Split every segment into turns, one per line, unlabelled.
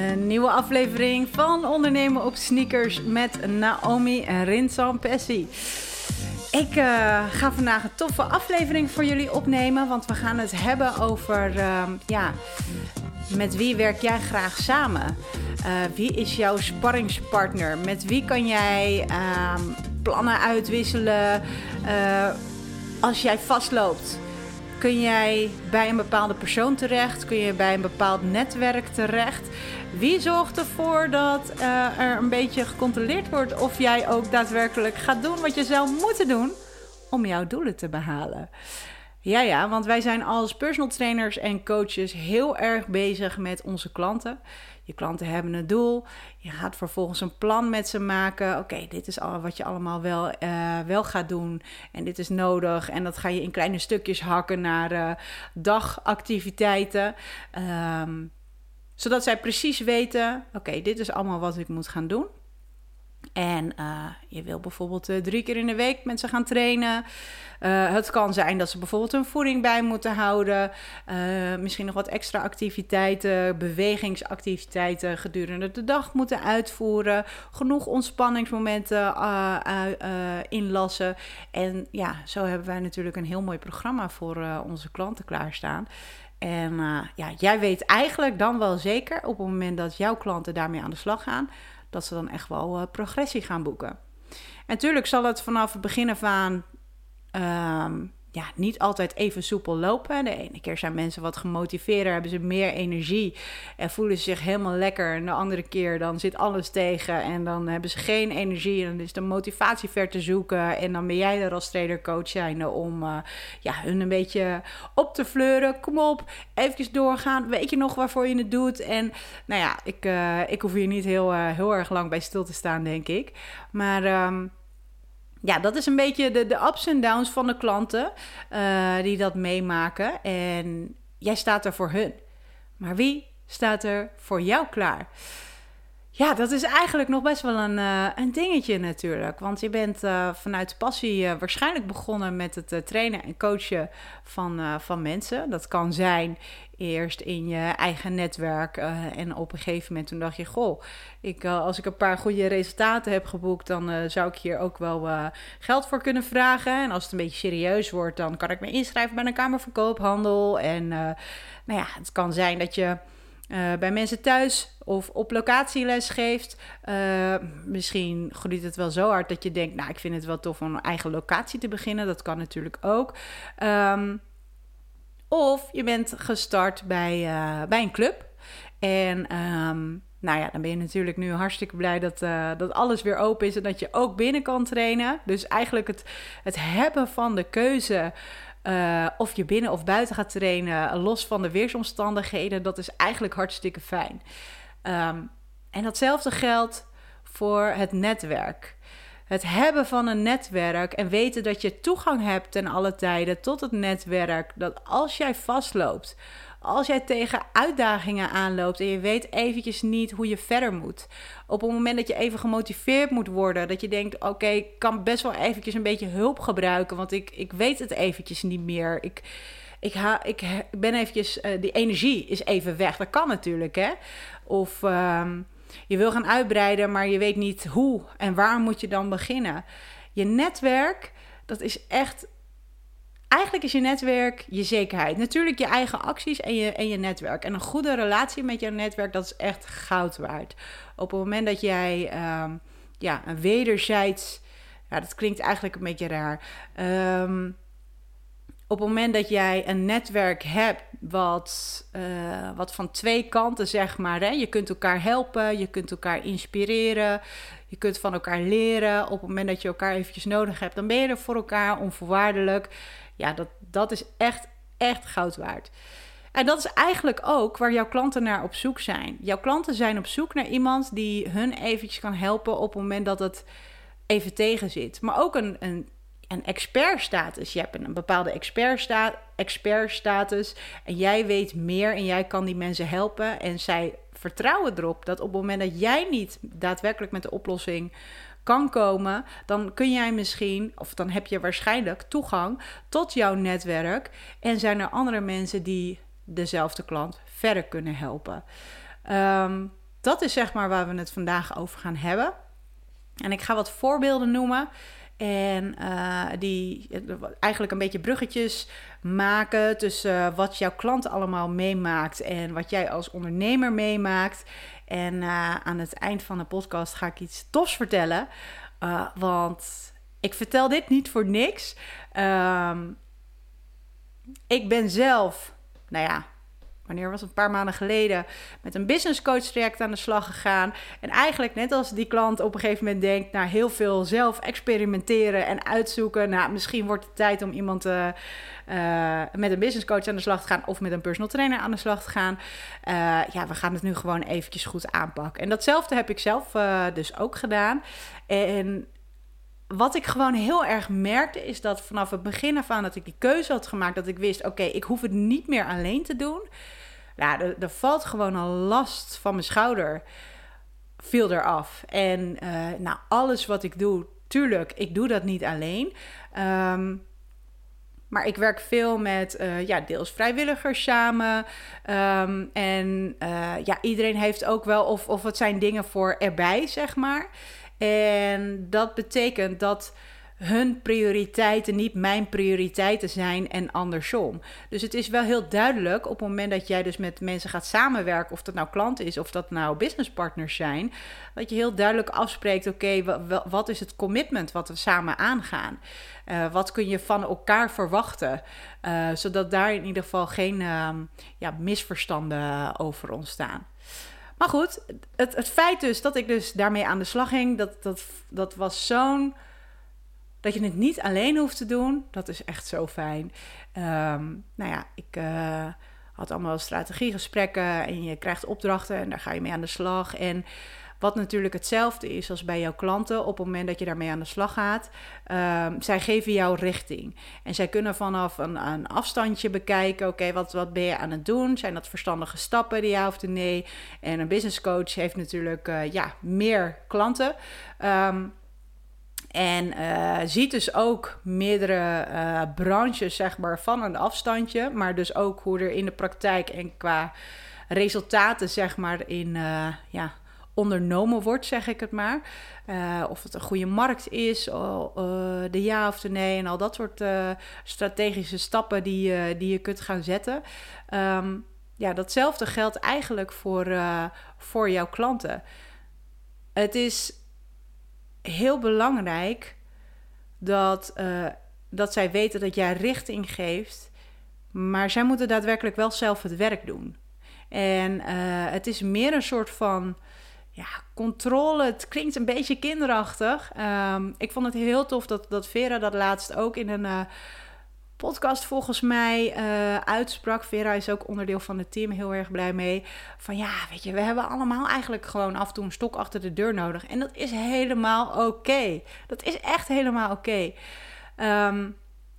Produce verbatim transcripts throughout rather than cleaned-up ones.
Een nieuwe aflevering van Ondernemen op Sneakers met Naomi en Rinsampessi. Ik uh, ga vandaag een toffe aflevering voor jullie opnemen, want we gaan het hebben over, uh, ja, met wie werk jij graag samen? Uh, wie is jouw sparringspartner? Met wie kan jij uh, plannen uitwisselen uh, als jij vastloopt? Kun jij bij een bepaalde persoon terecht? Kun je bij een bepaald netwerk terecht? Wie zorgt ervoor dat uh, er een beetje gecontroleerd wordt of jij ook daadwerkelijk gaat doen wat je zou moeten doen om jouw doelen te behalen? Ja, ja, want wij zijn als personal trainers en coaches heel erg bezig met onze klanten. Je klanten hebben een doel. Je gaat vervolgens een plan met ze maken. Oké, okay, dit is al wat je allemaal wel, uh, wel gaat doen. En dit is nodig. En dat ga je in kleine stukjes hakken naar uh, dagactiviteiten. Um, zodat zij precies weten, oké, okay, dit is allemaal wat ik moet gaan doen. En uh, je wil bijvoorbeeld uh, drie keer in de week met ze gaan trainen. Uh, het kan zijn dat ze bijvoorbeeld hun voeding bij moeten houden. Uh, misschien nog wat extra activiteiten, bewegingsactiviteiten gedurende de dag moeten uitvoeren. Genoeg ontspanningsmomenten uh, uh, uh, inlassen. En ja, zo hebben wij natuurlijk een heel mooi programma voor uh, onze klanten klaarstaan. En uh, ja, jij weet eigenlijk dan wel zeker op het moment dat jouw klanten daarmee aan de slag gaan, dat ze dan echt wel uh, progressie gaan boeken. En natuurlijk zal het vanaf het begin af aan um, ja, niet altijd even soepel lopen. De ene keer zijn mensen wat gemotiveerder, hebben ze meer energie en voelen ze zich helemaal lekker. En de andere keer dan zit alles tegen en dan hebben ze geen energie. En dan is de motivatie ver te zoeken. En dan ben jij er als trainer-coach zijnde om uh, ja, hun een beetje op te fleuren. Kom op, eventjes doorgaan. Weet je nog waarvoor je het doet? En nou ja, ik, uh, ik hoef hier niet heel, uh, heel erg lang bij stil te staan, denk ik. Maar Um, Ja, dat is een beetje de, de ups en downs van de klanten uh, die dat meemaken. En jij staat er voor hun. Maar wie staat er voor jou klaar? Ja, dat is eigenlijk nog best wel een, uh, een dingetje natuurlijk. Want je bent uh, vanuit passie uh, waarschijnlijk begonnen met het uh, trainen en coachen van, uh, van mensen. Dat kan zijn eerst in je eigen netwerk. Uh, en op een gegeven moment toen dacht je, goh, ik, uh, als ik een paar goede resultaten heb geboekt, dan uh, zou ik hier ook wel uh, geld voor kunnen vragen. En als het een beetje serieus wordt, dan kan ik me inschrijven bij een kamerverkoophandel. En uh, nou ja, het kan zijn dat je Uh, bij mensen thuis of op locatie les geeft. Uh, misschien groeit het wel zo hard dat je denkt, nou, ik vind het wel tof om een eigen locatie te beginnen. Dat kan natuurlijk ook. Um, of je bent gestart bij, uh, bij een club. En Um, nou ja, dan ben je natuurlijk nu hartstikke blij dat, uh, dat alles weer open is en dat je ook binnen kan trainen. Dus eigenlijk het, het hebben van de keuze Uh, of je binnen of buiten gaat trainen, los van de weersomstandigheden, dat is eigenlijk hartstikke fijn. Um, en datzelfde geldt voor het netwerk. Het hebben van een netwerk en weten dat je toegang hebt ten alle tijden tot het netwerk. Dat als jij vastloopt, als jij tegen uitdagingen aanloopt en je weet eventjes niet hoe je verder moet. Op het moment dat je even gemotiveerd moet worden, dat je denkt, oké, okay, ik kan best wel eventjes een beetje hulp gebruiken, want ik, ik weet het eventjes niet meer. Ik, ik, ha, ik ben eventjes, uh, die energie is even weg. Dat kan natuurlijk, hè. Of Um, je wil gaan uitbreiden, maar je weet niet hoe en waar moet je dan beginnen. Je netwerk, dat is echt, eigenlijk is je netwerk je zekerheid. Natuurlijk je eigen acties en je, en je netwerk. En een goede relatie met jouw netwerk, dat is echt goud waard. Op het moment dat jij um, ja, een wederzijds, ja, dat klinkt eigenlijk een beetje raar. Um, Op het moment dat jij een netwerk hebt wat, uh, wat van twee kanten, zeg maar, hè, je kunt elkaar helpen, je kunt elkaar inspireren, je kunt van elkaar leren. Op het moment dat je elkaar eventjes nodig hebt, dan ben je er voor elkaar onvoorwaardelijk. Ja, dat, dat is echt, echt goud waard. En dat is eigenlijk ook waar jouw klanten naar op zoek zijn. Jouw klanten zijn op zoek naar iemand die hun eventjes kan helpen op het moment dat het even tegen zit. Maar ook een, een Een expertstatus. Je hebt een bepaalde expertsta- expertstatus en jij weet meer en jij kan die mensen helpen. En zij vertrouwen erop dat op het moment dat jij niet daadwerkelijk met de oplossing kan komen, dan kun jij misschien, of dan heb je waarschijnlijk toegang tot jouw netwerk en zijn er andere mensen die dezelfde klant verder kunnen helpen. Um, dat is zeg maar waar we het vandaag over gaan hebben. En ik ga wat voorbeelden noemen. En uh, die eigenlijk een beetje bruggetjes maken tussen uh, wat jouw klant allemaal meemaakt en wat jij als ondernemer meemaakt. En uh, aan het eind van de podcast ga ik iets tofs vertellen. Uh, want ik vertel dit niet voor niks. Um, ik ben zelf, nou ja, wanneer was het? Een paar maanden geleden met een business coach traject aan de slag gegaan. En eigenlijk net als die klant op een gegeven moment denkt, nou, heel veel zelf experimenteren en uitzoeken. Nou, misschien wordt het tijd om iemand uh, uh, met een business coach aan de slag te gaan of met een personal trainer aan de slag te gaan. Uh, ja, we gaan het nu gewoon eventjes goed aanpakken. En datzelfde heb ik zelf uh, dus ook gedaan. En wat ik gewoon heel erg merkte is dat vanaf het begin af aan dat ik die keuze had gemaakt, dat ik wist, oké, okay, ik hoef het niet meer alleen te doen. Ja, er, er valt gewoon een last van mijn schouder, viel eraf. En uh, nou, alles wat ik doe, tuurlijk, ik doe dat niet alleen. Um, maar ik werk veel met uh, ja, deels vrijwilligers samen. Um, en uh, ja, iedereen heeft ook wel, of, of het zijn dingen voor erbij, zeg maar. En dat betekent dat hun prioriteiten niet mijn prioriteiten zijn en andersom. Dus het is wel heel duidelijk op het moment dat jij dus met mensen gaat samenwerken, of dat nou klanten is of dat nou businesspartners zijn, dat je heel duidelijk afspreekt, oké, okay, w- wat is het commitment wat we samen aangaan? Uh, wat kun je van elkaar verwachten? Uh, zodat daar in ieder geval geen uh, ja, misverstanden over ontstaan. Maar goed, het, het feit dus dat ik dus daarmee aan de slag ging, dat, dat, dat was zo'n, dat je het niet alleen hoeft te doen, dat is echt zo fijn. Um, nou ja, ik uh, had allemaal strategiegesprekken en je krijgt opdrachten en daar ga je mee aan de slag. En wat natuurlijk hetzelfde is als bij jouw klanten, op het moment dat je daarmee aan de slag gaat, um, zij geven jou richting. En zij kunnen vanaf een, een afstandje bekijken, oké, okay, wat, wat ben je aan het doen? Zijn dat verstandige stappen, die ja of de nee? En een business coach heeft natuurlijk uh, ja, meer klanten. Um, En uh, ziet dus ook meerdere uh, branches, zeg maar, van een afstandje. Maar dus ook hoe er in de praktijk en qua resultaten, zeg maar, in uh, ja, ondernomen wordt, zeg ik het maar. Uh, of het een goede markt is, uh, de ja of de nee en al dat soort uh, strategische stappen die, uh, die je kunt gaan zetten. Um, ja, datzelfde geldt eigenlijk voor, uh, voor jouw klanten. Het is heel belangrijk dat, uh, dat zij weten dat jij richting geeft, maar zij moeten daadwerkelijk wel zelf het werk doen. En uh, het is meer een soort van ja, controle. Het klinkt een beetje kinderachtig. Um, ik vond het heel tof dat, dat Vera dat laatst ook in een uh, podcast volgens mij uh, uitsprak. Vera is ook onderdeel van het team, heel erg blij mee. Van ja, weet je, we hebben allemaal eigenlijk gewoon af en toe een stok achter de deur nodig. En dat is helemaal oké. Okay. Dat is echt helemaal oké. Okay. Um,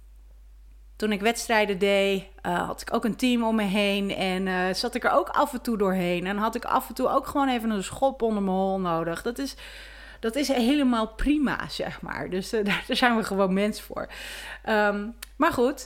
toen ik wedstrijden deed, uh, had ik ook een team om me heen. En uh, zat ik er ook af en toe doorheen. En had ik af en toe ook gewoon even een schop onder mijn hol nodig. Dat is... Dat is helemaal prima, zeg maar. Dus uh, daar zijn we gewoon mens voor. Um, maar goed,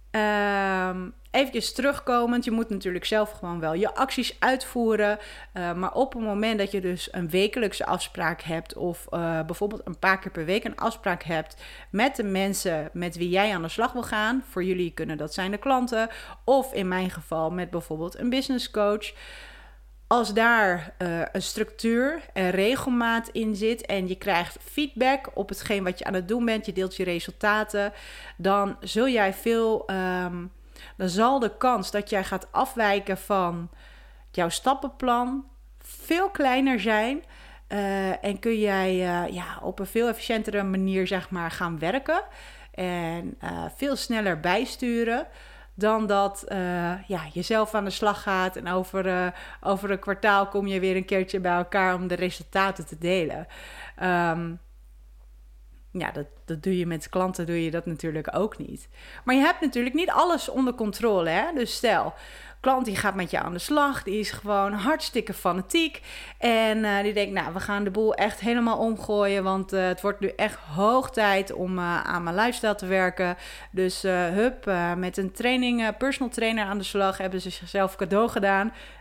um, eventjes terugkomend. Je moet natuurlijk zelf gewoon wel je acties uitvoeren. Uh, maar op het moment dat je dus een wekelijkse afspraak hebt, of uh, bijvoorbeeld een paar keer per week een afspraak hebt met de mensen met wie jij aan de slag wil gaan. Voor jullie kunnen dat zijn de klanten. Of in mijn geval met bijvoorbeeld een business coach. Als daar uh, een structuur en regelmaat in zit en je krijgt feedback op hetgeen wat je aan het doen bent, je deelt je resultaten, dan zul jij veel, um, dan zal de kans dat jij gaat afwijken van jouw stappenplan veel kleiner zijn. Uh, en kun jij uh, ja, op een veel efficiëntere manier, zeg maar, gaan werken en uh, veel sneller bijsturen. Dan dat uh, ja, je zelf aan de slag gaat en over, uh, over een kwartaal kom je weer een keertje bij elkaar om de resultaten te delen. Um, ja, dat, dat doe je met klanten, doe je dat natuurlijk ook niet. Maar je hebt natuurlijk niet alles onder controle, hè? Dus stel, klant die gaat met je aan de slag, die is gewoon hartstikke fanatiek. En uh, die denkt, nou, we gaan de boel echt helemaal omgooien, want uh, het wordt nu echt hoog tijd om uh, aan mijn lifestyle te werken. Dus uh, hup, uh, met een training, uh, personal trainer aan de slag, hebben ze zichzelf cadeau gedaan.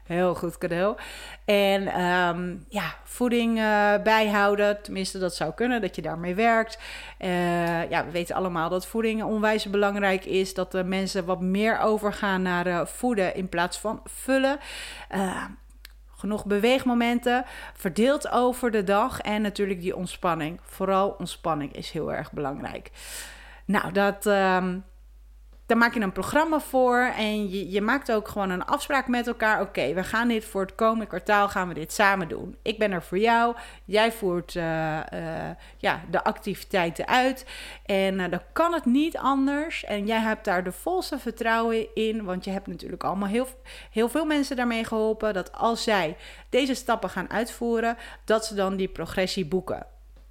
Heel goed cadeau. En um, ja, voeding uh, bijhouden. Tenminste, dat zou kunnen, dat je daarmee werkt. Uh, ja, we weten allemaal dat voeding onwijs belangrijk is. Dat de mensen wat meer overgaan naar uh, voeden in plaats van vullen. Uh, Genoeg beweegmomenten, verdeeld over de dag en natuurlijk die ontspanning. Vooral ontspanning is heel erg belangrijk. Nou, dat, um, daar maak je een programma voor en je, je maakt ook gewoon een afspraak met elkaar. Oké, okay, we gaan dit voor het komende kwartaal gaan we dit samen doen. Ik ben er voor jou, jij voert uh, uh, ja, de activiteiten uit. En uh, dan kan het niet anders. En jij hebt daar de volste vertrouwen in, want je hebt natuurlijk allemaal heel, heel veel mensen daarmee geholpen. Dat als zij deze stappen gaan uitvoeren, dat ze dan die progressie boeken.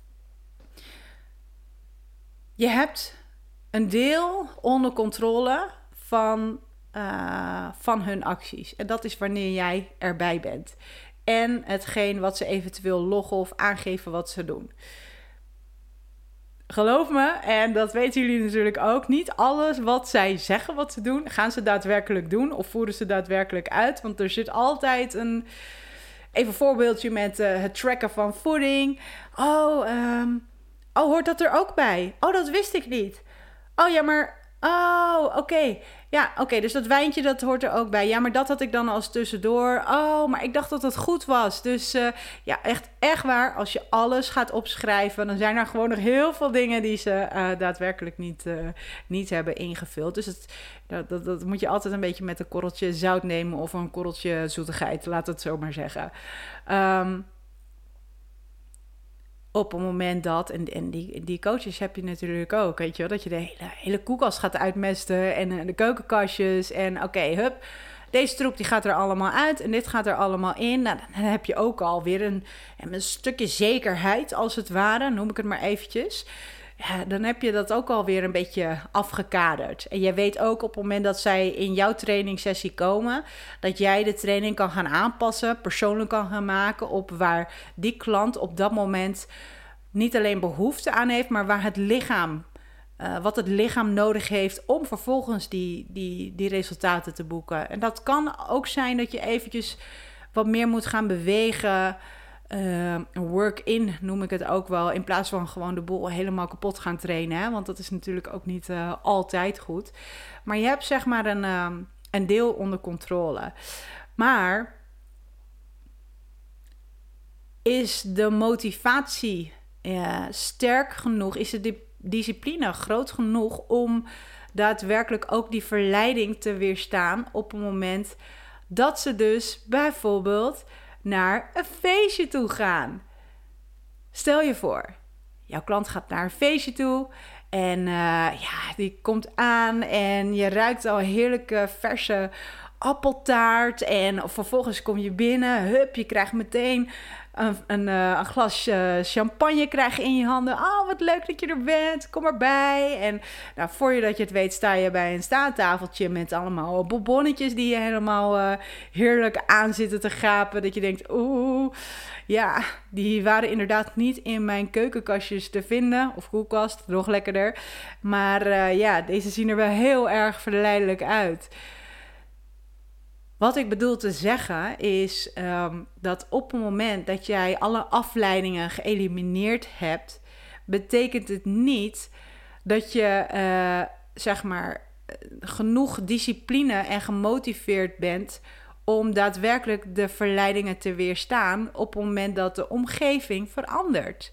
Je hebt een deel onder controle van, uh, van hun acties. En dat is wanneer jij erbij bent. En hetgeen wat ze eventueel loggen of aangeven wat ze doen. Geloof me, en dat weten jullie natuurlijk ook, niet alles wat zij zeggen wat ze doen, gaan ze daadwerkelijk doen of voeren ze daadwerkelijk uit. Want er zit altijd een, even een voorbeeldje met uh, het tracken van voeding. Oh, um, oh, hoort dat er ook bij? Oh, dat wist ik niet. Oh ja, maar... Oh, oké. Okay. Ja, oké. Okay, dus dat wijntje, dat hoort er ook bij. Ja, maar dat had ik dan als tussendoor. Oh, maar ik dacht dat het goed was. Dus uh, ja, echt, echt waar. Als je alles gaat opschrijven, dan zijn er gewoon nog heel veel dingen die ze uh, daadwerkelijk niet, uh, niet hebben ingevuld. Dus het, dat, dat, dat moet je altijd een beetje met een korreltje zout nemen of een korreltje zoetigheid. Laat het zo maar zeggen. Um, Op het moment dat, en, en die, die coaches heb je natuurlijk ook, weet je wel, dat je de hele, hele koelkast gaat uitmesten en uh, de keukenkastjes en oké, okay, hup, deze troep die gaat er allemaal uit en dit gaat er allemaal in. Nou, dan heb je ook alweer een, een stukje zekerheid als het ware, noem ik het maar eventjes. Ja, dan heb je dat ook alweer een beetje afgekaderd. En jij weet ook op het moment dat zij in jouw trainingssessie komen, dat jij de training kan gaan aanpassen, persoonlijk kan gaan maken op waar die klant op dat moment niet alleen behoefte aan heeft, maar waar het lichaam, uh, wat het lichaam nodig heeft om vervolgens die, die, die resultaten te boeken. En dat kan ook zijn dat je eventjes wat meer moet gaan bewegen. Uh, work-in noem ik het ook wel, in plaats van gewoon de boel helemaal kapot gaan trainen, hè? Want dat is natuurlijk ook niet uh, altijd goed. Maar je hebt zeg maar een, uh, een deel onder controle. Maar is de motivatie uh, sterk genoeg, is de di- discipline groot genoeg om daadwerkelijk ook die verleiding te weerstaan op het moment dat ze dus bijvoorbeeld naar een feestje toe gaan. Stel je voor, jouw klant gaat naar een feestje toe en uh, ja, die komt aan en je ruikt al heerlijke verse appeltaart en vervolgens kom je binnen, hup, je krijgt meteen een, een, een glas champagne krijg je in je handen. Oh, wat leuk dat je er bent, kom erbij. En nou, voor je dat je het weet sta je bij een staattafeltje met allemaal bonbonnetjes die je helemaal uh, heerlijk aan zitten te gapen. Dat je denkt, oeh, ja, die waren inderdaad niet in mijn keukenkastjes te vinden. Of koelkast, nog lekkerder. Maar uh, ja, deze zien er wel heel erg verleidelijk uit. Wat ik bedoel te zeggen is um, dat op het moment dat jij alle afleidingen geëlimineerd hebt, betekent het niet dat je uh, zeg maar genoeg discipline en gemotiveerd bent om daadwerkelijk de verleidingen te weerstaan op het moment dat de omgeving verandert.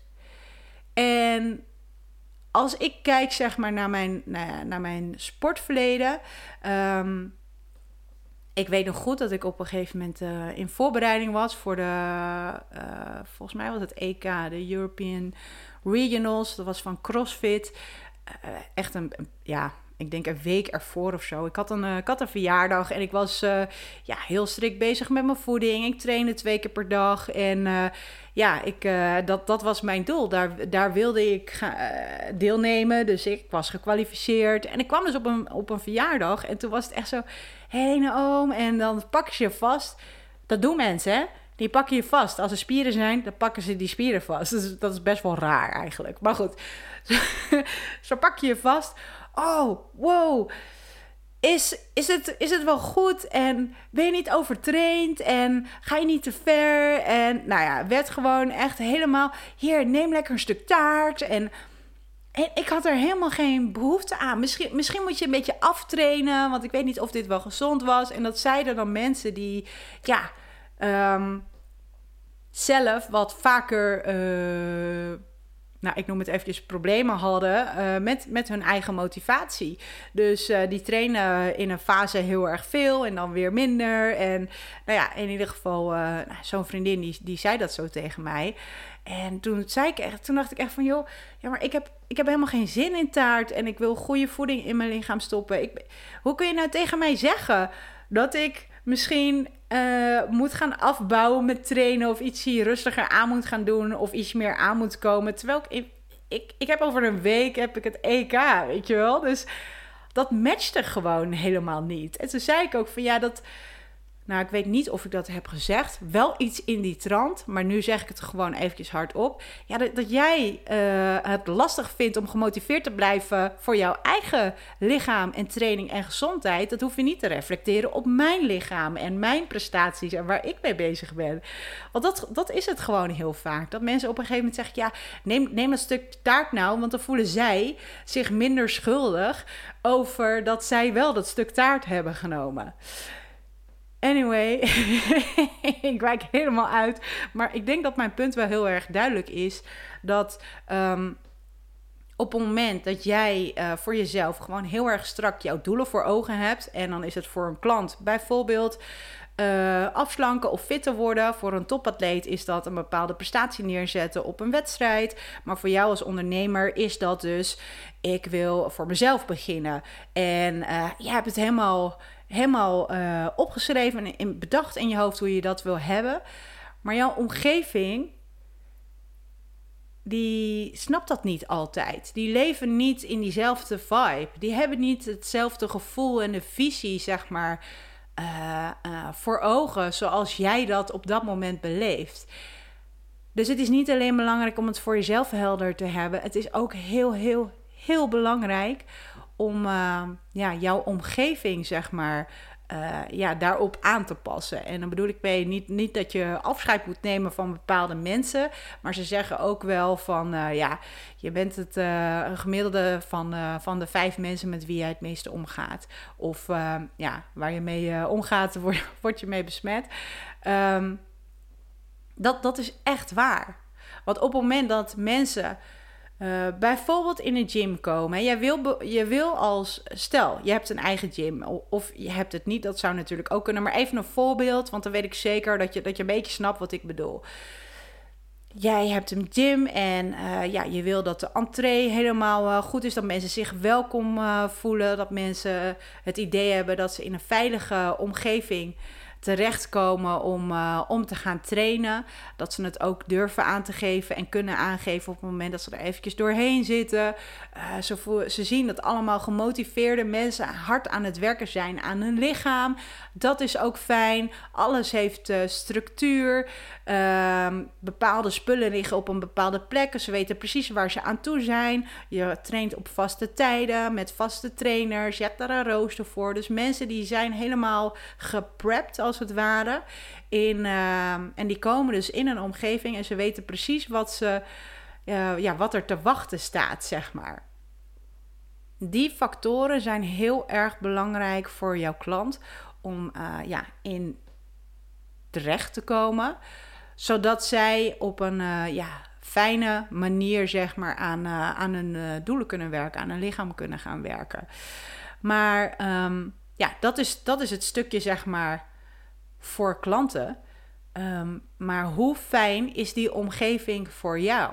En als ik kijk zeg maar naar mijn, naar, naar mijn sportverleden. Um, Ik weet nog goed dat ik op een gegeven moment uh, in voorbereiding was voor de, uh, volgens mij was het E K, de European Regionals. Dat was van CrossFit. Uh, echt een, een, ja, ik denk een week ervoor of zo. Ik had een, uh, ik had een verjaardag en ik was uh, ja, heel strikt bezig met mijn voeding. Ik trainde twee keer per dag en uh, ja, ik, uh, dat, dat was mijn doel. Daar, daar wilde ik ga, uh, deelnemen, dus ik was gekwalificeerd. En ik kwam dus op een, op een verjaardag en toen was het echt zo, hé hey, Naoom, en dan pak je je vast. Dat doen mensen, hè? Die pakken je vast. Als er spieren zijn, dan pakken ze die spieren vast. Dus dat is best wel raar eigenlijk. Maar goed, zo pak je je vast. Oh, wow. is, is, het, is het wel goed? En ben je niet overtraind? En ga je niet te ver? En nou ja, werd gewoon echt helemaal... Hier, neem lekker een stuk taart. En, en ik had er helemaal geen behoefte aan. Misschien, misschien moet je een beetje aftrainen. Want ik weet niet of dit wel gezond was. En dat zeiden dan mensen die... ja, um, zelf wat vaker... Uh, nou, ik noem het eventjes problemen hadden uh, met, met hun eigen motivatie. Dus uh, die trainen in een fase heel erg veel en dan weer minder. En nou ja, in ieder geval, uh, nou, zo'n vriendin die, die zei dat zo tegen mij. En toen zei ik echt, toen dacht ik echt van, joh, ja, maar ik heb, ik heb helemaal geen zin in taart en ik wil goede voeding in mijn lichaam stoppen. Ik, hoe kun je nou tegen mij zeggen dat ik misschien uh, moet gaan afbouwen met trainen of iets hier rustiger aan moet gaan doen of iets meer aan moet komen, terwijl ik, ik, ik heb over een week heb ik het E K, weet je wel, dus dat matchte gewoon helemaal niet. En toen zei ik ook van ja, dat, nou, ik weet niet of ik dat heb gezegd, wel iets in die trant, maar nu zeg ik het gewoon eventjes hardop. Ja, dat, dat jij uh, het lastig vindt om gemotiveerd te blijven voor jouw eigen lichaam en training en gezondheid, dat hoef je niet te reflecteren op mijn lichaam en mijn prestaties en waar ik mee bezig ben. Want dat, dat is het gewoon heel vaak. Dat mensen op een gegeven moment zeggen, ja, neem, neem een stuk taart nou, want dan voelen zij zich minder schuldig over dat zij wel dat stuk taart hebben genomen. Anyway, ik wijk helemaal uit. Maar ik denk dat mijn punt wel heel erg duidelijk is. Dat um, op het moment dat jij uh, voor jezelf gewoon heel erg strak jouw doelen voor ogen hebt. En dan is het voor een klant bijvoorbeeld uh, afslanken of fitter worden. Voor een topatleet is dat een bepaalde prestatie neerzetten op een wedstrijd. Maar voor jou als ondernemer is dat dus, ik wil voor mezelf beginnen. En uh, je hebt het helemaal... helemaal uh, opgeschreven en bedacht in je hoofd hoe je dat wil hebben. Maar jouw omgeving, die snapt dat niet altijd. Die leven niet in diezelfde vibe. Die hebben niet hetzelfde gevoel en de visie, zeg maar, uh, uh, voor ogen zoals jij dat op dat moment beleeft. Dus het is niet alleen belangrijk om het voor jezelf helder te hebben. Het is ook heel, heel, heel belangrijk om uh, ja, jouw omgeving, zeg maar, uh, ja, daarop aan te passen. En dan bedoel ik mee niet, niet dat je afscheid moet nemen van bepaalde mensen, maar ze zeggen ook wel van, uh, ja, je bent het uh, een gemiddelde van, uh, van de vijf mensen met wie jij het meeste omgaat. Of uh, ja, waar je mee uh, omgaat, word, word je mee besmet. Um, dat, dat is echt waar. Want op het moment dat mensen Uh, bijvoorbeeld in een gym komen. Jij wil, be- je wil als... Stel, je hebt een eigen gym. Of je hebt het niet. Dat zou natuurlijk ook kunnen. Maar even een voorbeeld. Want dan weet ik zeker dat je, dat je een beetje snapt wat ik bedoel. Jij hebt een gym. En uh, ja, je wil dat de entree helemaal uh, goed is. Dat mensen zich welkom uh, voelen. Dat mensen het idee hebben dat ze in een veilige omgeving terechtkomen om, uh, om te gaan trainen. Dat ze het ook durven aan te geven en kunnen aangeven op het moment dat ze er eventjes doorheen zitten. Uh, ze, voelen, ze zien dat allemaal gemotiveerde mensen hard aan het werken zijn aan hun lichaam. Dat is ook fijn. Alles heeft uh, structuur. Uh, bepaalde spullen liggen op een bepaalde plek. Ze weten precies waar ze aan toe zijn. Je traint op vaste tijden met vaste trainers. Je hebt daar een rooster voor. Dus mensen die zijn helemaal geprept als het ware. In, uh, en die komen dus in een omgeving en ze weten precies wat, ze, uh, ja, wat er te wachten staat, zeg maar. Die factoren zijn heel erg belangrijk voor jouw klant om uh, ja, in terecht te komen, zodat zij op een uh, ja, fijne manier, zeg maar, aan, uh, aan hun uh, doelen kunnen werken, aan hun lichaam kunnen gaan werken. Maar um, ja, dat is, dat is het stukje, zeg maar, voor klanten. Um, maar hoe fijn is die omgeving voor jou?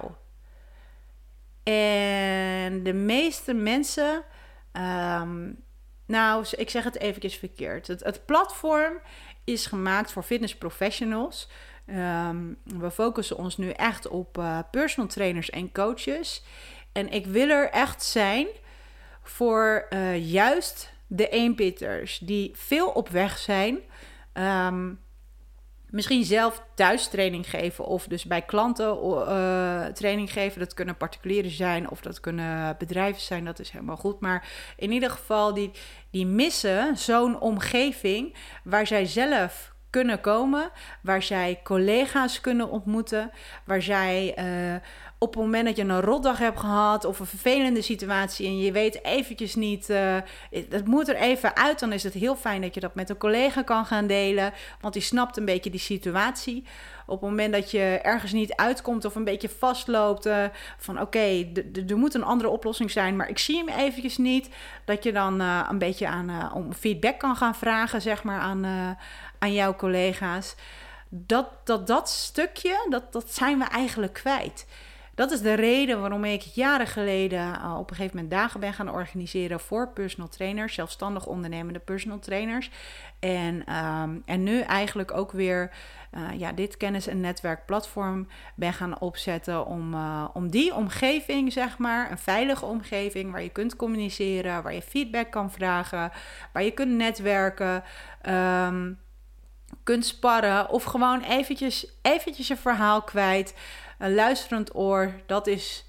En de meeste mensen, um, nou, ik zeg het eventjes verkeerd. Het, het platform is gemaakt voor fitness professionals. Um, we focussen ons nu echt op uh, personal trainers en coaches. En ik wil er echt zijn voor uh, juist de eenpitters die veel op weg zijn. Um, Misschien zelf thuis training geven of dus bij klanten uh, training geven. Dat kunnen particulieren zijn of dat kunnen bedrijven zijn. Dat is helemaal goed. Maar in ieder geval, die, die missen zo'n omgeving waar zij zelf kunnen komen. Waar zij collega's kunnen ontmoeten. Waar zij uh, op het moment dat je een rotdag hebt gehad of een vervelende situatie en je weet eventjes niet, uh, het moet er even uit, dan is het heel fijn dat je dat met een collega kan gaan delen, want die snapt een beetje die situatie. Op het moment dat je ergens niet uitkomt of een beetje vastloopt, uh, van oké, okay, d- d- er moet een andere oplossing zijn, maar ik zie hem eventjes niet, dat je dan uh, een beetje aan, uh, om feedback kan gaan vragen, zeg maar, aan, uh, aan jouw collega's. Dat, dat, dat stukje, dat, dat zijn we eigenlijk kwijt. Dat is de reden waarom ik jaren geleden uh, op een gegeven moment dagen ben gaan organiseren voor personal trainers, zelfstandig ondernemende personal trainers. En, um, en nu eigenlijk ook weer uh, ja, dit kennis- en netwerkplatform ben gaan opzetten om, uh, om die omgeving, zeg maar, een veilige omgeving waar je kunt communiceren, waar je feedback kan vragen, waar je kunt netwerken, um, kunt sparren of gewoon eventjes, eventjes je verhaal kwijt. Een luisterend oor, dat is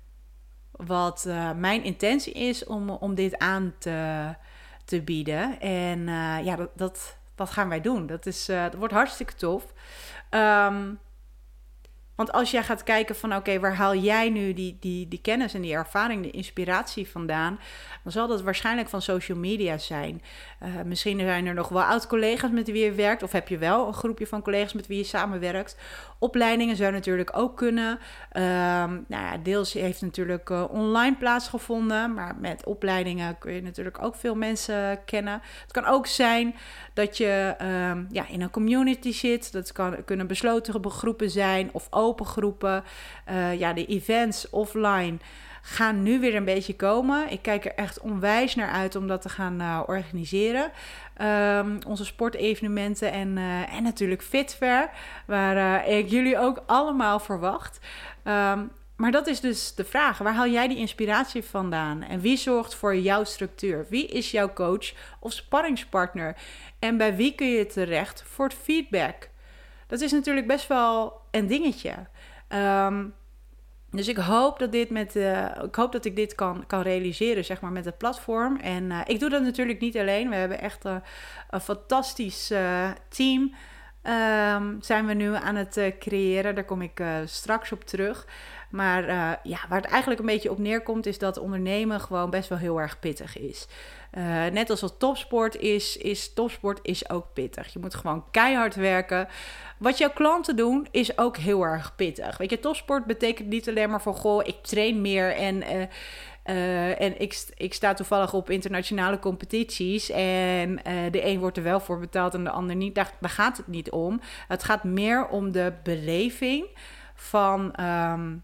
wat uh, mijn intentie is om, om dit aan te, te bieden. En uh, ja, dat, dat, dat gaan wij doen. Dat, is, uh, dat wordt hartstikke tof. Um, want als jij gaat kijken van oké, okay, waar haal jij nu die, die, die kennis en die ervaring, de inspiratie vandaan? Dan zal dat waarschijnlijk van social media zijn. Uh, misschien zijn er nog wel oud-collega's met wie je werkt. Of heb je wel een groepje van collega's met wie je samenwerkt. Opleidingen zou natuurlijk ook kunnen. Um, nou ja, deels heeft natuurlijk uh, online plaatsgevonden. Maar met opleidingen kun je natuurlijk ook veel mensen kennen. Het kan ook zijn dat je um, ja, in een community zit. Dat kan, kunnen besloten groepen zijn of open groepen. Uh, ja, de events offline gaan nu weer een beetje komen. Ik kijk er echt onwijs naar uit om dat te gaan uh, organiseren. Um, onze sportevenementen en, uh, en natuurlijk Fitfair, waar uh, ik jullie ook allemaal verwacht. Um, maar dat is dus de vraag. Waar haal jij die inspiratie vandaan? En wie zorgt voor jouw structuur? Wie is jouw coach of sparringspartner? En bij wie kun je terecht voor het feedback? Dat is natuurlijk best wel een dingetje. Um, Dus ik hoop dat dit met, uh, ik hoop dat ik dit kan, kan realiseren, zeg maar, met het platform. En uh, ik doe dat natuurlijk niet alleen. We hebben echt uh, een fantastisch uh, team. Um, zijn we nu aan het uh, creëren. Daar kom ik uh, straks op terug. Maar uh, ja, waar het eigenlijk een beetje op neerkomt, is dat ondernemen gewoon best wel heel erg pittig is. Uh, net als wat topsport is, is topsport is ook pittig. Je moet gewoon keihard werken. Wat jouw klanten doen, is ook heel erg pittig. Weet je, topsport betekent niet alleen maar van, goh, ik train meer en... Uh, Uh, en ik, ik sta toevallig op internationale competities en uh, de een wordt er wel voor betaald en de ander niet. Daar, daar gaat het niet om. Het gaat meer om de beleving van, um,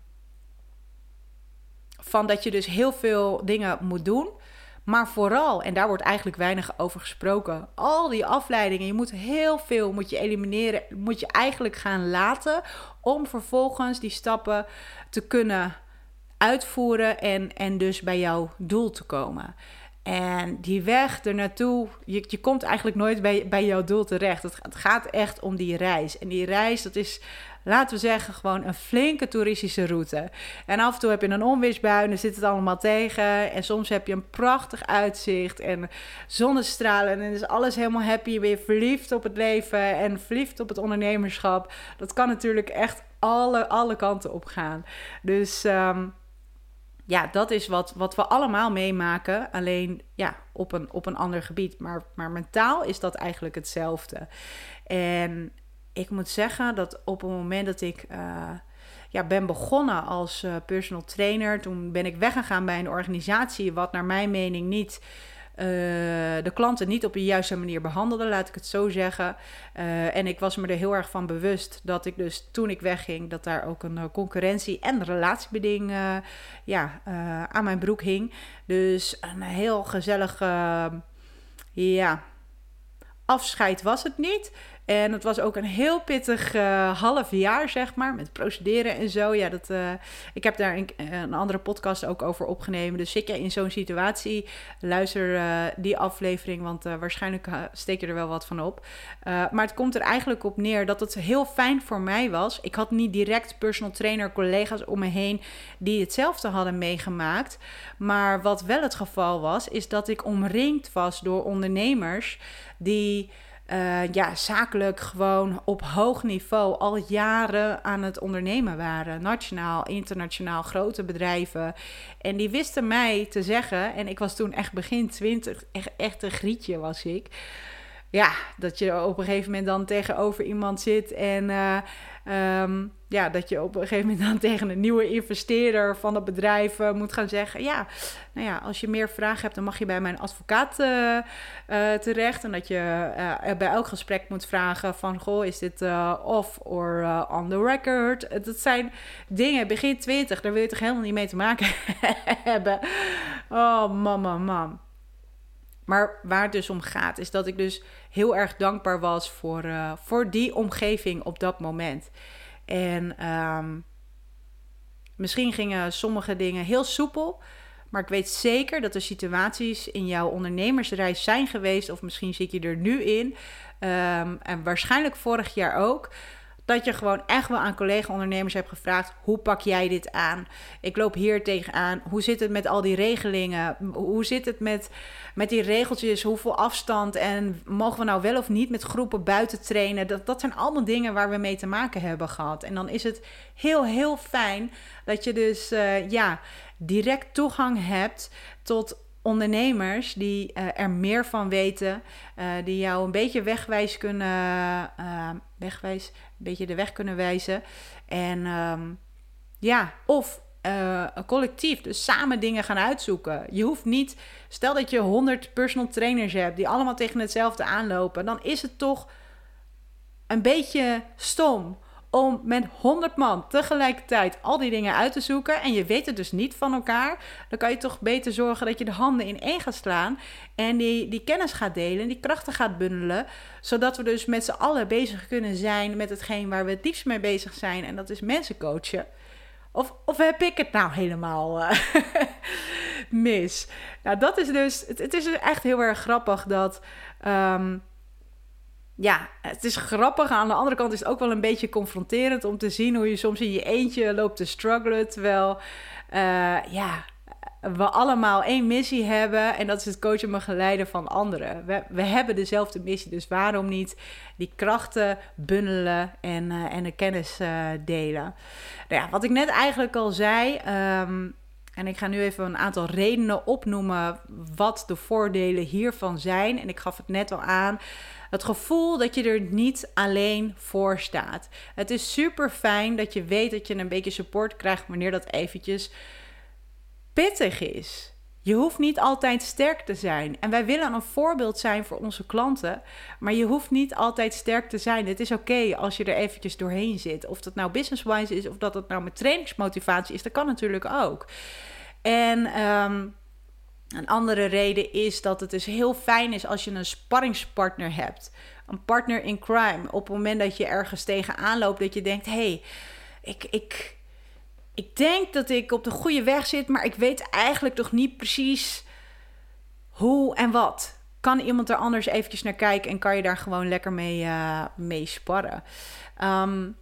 van dat je dus heel veel dingen moet doen. Maar vooral, en daar wordt eigenlijk weinig over gesproken, al die afleidingen, je moet heel veel, moet je elimineren, moet je eigenlijk gaan laten om vervolgens die stappen te kunnen uitvoeren en, en dus bij jouw doel te komen. En die weg ernaartoe, je, je komt eigenlijk nooit bij, bij jouw doel terecht. Het, het gaat echt om die reis. En die reis, dat is, laten we zeggen, gewoon een flinke toeristische route. En af en toe heb je een onweersbui en dan zit het allemaal tegen. En soms heb je een prachtig uitzicht en zonnestralen. En dan is alles helemaal happy. Je bent verliefd op het leven en verliefd op het ondernemerschap. Dat kan natuurlijk echt alle, alle kanten op gaan. Dus... Um, Ja, dat is wat, wat we allemaal meemaken. Alleen ja, op een, op een ander gebied. Maar, maar mentaal is dat eigenlijk hetzelfde. En ik moet zeggen dat op het moment dat ik uh, ja, ben begonnen als uh, personal trainer... toen ben ik weggegaan bij een organisatie wat naar mijn mening niet... Uh, de klanten niet op de juiste manier behandelde, laat ik het zo zeggen. Uh, en ik was me er heel erg van bewust dat ik dus toen ik wegging, dat daar ook een uh, concurrentie en relatiebeding uh, ja, uh, aan mijn broek hing. Dus een heel gezellig uh, ja, afscheid was het niet. En het was ook een heel pittig uh, half jaar, zeg maar, met procederen en zo. Ja, dat, uh, ik heb daar een, een andere podcast ook over opgenomen. Dus zit je in zo'n situatie, luister uh, die aflevering, want uh, waarschijnlijk uh, steek je er wel wat van op. Uh, maar het komt er eigenlijk op neer dat het heel fijn voor mij was. Ik had niet direct personal trainer collega's om me heen die hetzelfde hadden meegemaakt. Maar wat wel het geval was, is dat ik omringd was door ondernemers die uh, ja, zakelijk gewoon op hoog niveau al jaren aan het ondernemen waren. Nationaal, internationaal, grote bedrijven. En die wisten mij te zeggen, en ik was toen echt begin twintig, echt, echt een grietje was ik. Ja, dat je op een gegeven moment dan tegenover iemand zit en uh, um, ja, dat je op een gegeven moment dan tegen een nieuwe investeerder van het bedrijf uh, moet gaan zeggen, ja, nou ja, als je meer vragen hebt, dan mag je bij mijn advocaat uh, uh, terecht. En dat je uh, bij elk gesprek moet vragen van, goh, is dit uh, off or uh, on the record? Dat zijn dingen, begin twintig, daar wil je toch helemaal niet mee te maken hebben. Oh, man, man, man. Maar waar het dus om gaat, is dat ik dus heel erg dankbaar was voor, uh, voor die omgeving op dat moment. En um, misschien gingen sommige dingen heel soepel, maar ik weet zeker dat er situaties in jouw ondernemersreis zijn geweest, of misschien zit je er nu in, um, en waarschijnlijk vorig jaar ook, dat je gewoon echt wel aan collega-ondernemers hebt gevraagd, hoe pak jij dit aan? Ik loop hier tegenaan. Hoe zit het met al die regelingen? Hoe zit het met, met die regeltjes? Hoeveel afstand? En mogen we nou wel of niet met groepen buiten trainen? Dat, dat zijn allemaal dingen waar we mee te maken hebben gehad. En dan is het heel, heel fijn dat je dus uh, ja, direct toegang hebt tot ondernemers die uh, er meer van weten, uh, die jou een beetje wegwijs kunnen, uh, wegwijs, een beetje de weg kunnen wijzen. En um, ja, of uh, een collectief, dus samen dingen gaan uitzoeken. Je hoeft niet, stel dat je honderd personal trainers hebt die allemaal tegen hetzelfde aanlopen, dan is het toch een beetje stom om met honderd man tegelijkertijd al die dingen uit te zoeken en je weet het dus niet van elkaar, dan kan je toch beter zorgen dat je de handen in één gaat slaan en die, die kennis gaat delen, die krachten gaat bundelen, zodat we dus met z'n allen bezig kunnen zijn met hetgeen waar we het liefst mee bezig zijn, en dat is mensen coachen. Of, of heb ik het nou helemaal uh, mis? Nou, dat is dus, het, het is dus echt heel erg grappig dat Um, Ja, het is grappig. Aan de andere kant is het ook wel een beetje confronterend om te zien hoe je soms in je eentje loopt te struggelen. Terwijl uh, ja, we allemaal één missie hebben en dat is het coachen en begeleiden van anderen. We, we hebben dezelfde missie, dus waarom niet die krachten bundelen en, uh, en de kennis uh, delen. Nou ja, wat ik net eigenlijk al zei, Um, en ik ga nu even een aantal redenen opnoemen wat de voordelen hiervan zijn. En ik gaf het net al aan. Het gevoel dat je er niet alleen voor staat. Het is super fijn dat je weet dat je een beetje support krijgt wanneer dat eventjes pittig is. Je hoeft niet altijd sterk te zijn. En wij willen een voorbeeld zijn voor onze klanten. Maar je hoeft niet altijd sterk te zijn. Het is oké okay als je er eventjes doorheen zit. Of dat nou business-wise is of dat het nou met trainingsmotivatie is. Dat kan natuurlijk ook. En um, een andere reden is dat het dus heel fijn is als je een sparringspartner hebt. Een partner in crime. Op het moment dat je ergens tegenaan loopt, dat je denkt, hé, hey, ik... ik Ik denk dat ik op de goede weg zit, maar ik weet eigenlijk toch niet precies hoe en wat. Kan iemand er anders eventjes naar kijken en kan je daar gewoon lekker mee, uh, mee sparren? Um,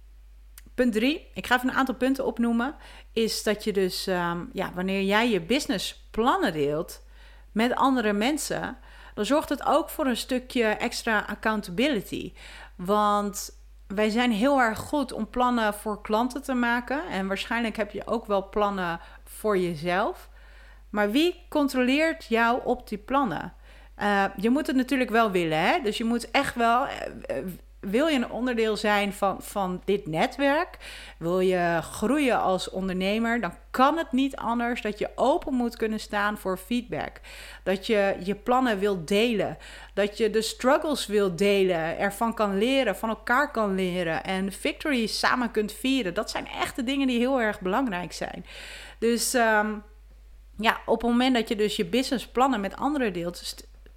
punt drie, ik ga even een aantal punten opnoemen, is dat je dus, um, ja, wanneer jij je businessplannen deelt met andere mensen, dan zorgt het ook voor een stukje extra accountability. Want wij zijn heel erg goed om plannen voor klanten te maken. En waarschijnlijk heb je ook wel plannen voor jezelf. Maar wie controleert jou op die plannen? Uh, je moet het natuurlijk wel willen, hè? Dus je moet echt wel... Uh, wil je een onderdeel zijn van, van dit netwerk? Wil je groeien als ondernemer? Dan kan het niet anders dat je open moet kunnen staan voor feedback. Dat je je plannen wilt delen. Dat je de struggles wilt delen. Ervan kan leren, van elkaar kan leren. En victories samen kunt vieren. Dat zijn echt de dingen die heel erg belangrijk zijn. Dus um, ja, op het moment dat je dus je businessplannen met anderen deelt,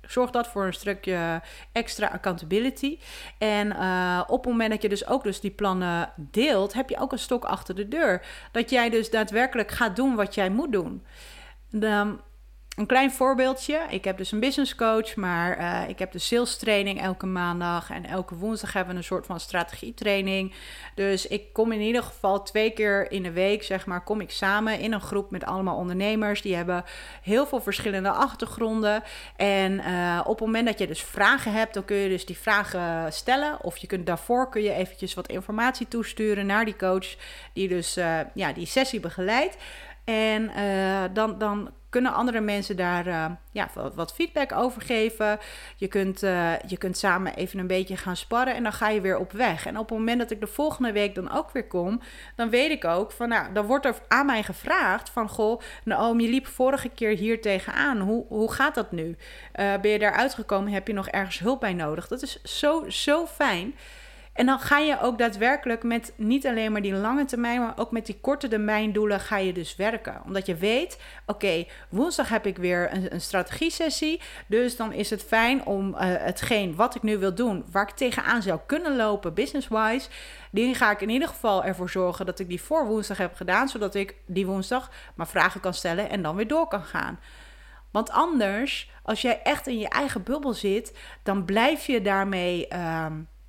zorgt dat voor een stukje extra accountability. En uh, op het moment dat je dus ook dus die plannen deelt, heb je ook een stok achter de deur. Dat jij dus daadwerkelijk gaat doen wat jij moet doen. De, Een klein voorbeeldje. Ik heb dus een business coach, maar uh, ik heb de sales training elke maandag. En elke woensdag hebben we een soort van strategietraining. Dus ik kom in ieder geval twee keer in de week, zeg maar, kom ik samen in een groep met allemaal ondernemers. Die hebben heel veel verschillende achtergronden. En uh, op het moment dat je dus vragen hebt, dan kun je dus die vragen stellen. Of je kunt daarvoor kun je eventjes wat informatie toesturen naar die coach die dus uh, ja, die sessie begeleidt. En uh, dan, dan kunnen andere mensen daar uh, ja, wat, wat feedback over geven. Je kunt, uh, je kunt samen even een beetje gaan sparren en dan ga je weer op weg. En op het moment dat ik de volgende week dan ook weer kom, dan weet ik ook van, nou, dan wordt er aan mij gevraagd van, goh, Naomi, je liep vorige keer hier tegenaan. Hoe, hoe gaat dat nu? Uh, ben je daar uitgekomen? Heb je nog ergens hulp bij nodig? Dat is zo, zo fijn. En dan ga je ook daadwerkelijk met niet alleen maar die lange termijn, maar ook met die korte termijn doelen ga je dus werken. Omdat je weet, oké, okay, woensdag heb ik weer een, een strategie-sessie. Dus dan is het fijn om uh, hetgeen wat ik nu wil doen, waar ik tegenaan zou kunnen lopen, business-wise, die ga ik in ieder geval ervoor zorgen dat ik die voor woensdag heb gedaan, zodat ik die woensdag maar vragen kan stellen en dan weer door kan gaan. Want anders, als jij echt in je eigen bubbel zit, dan blijf je daarmee... Uh,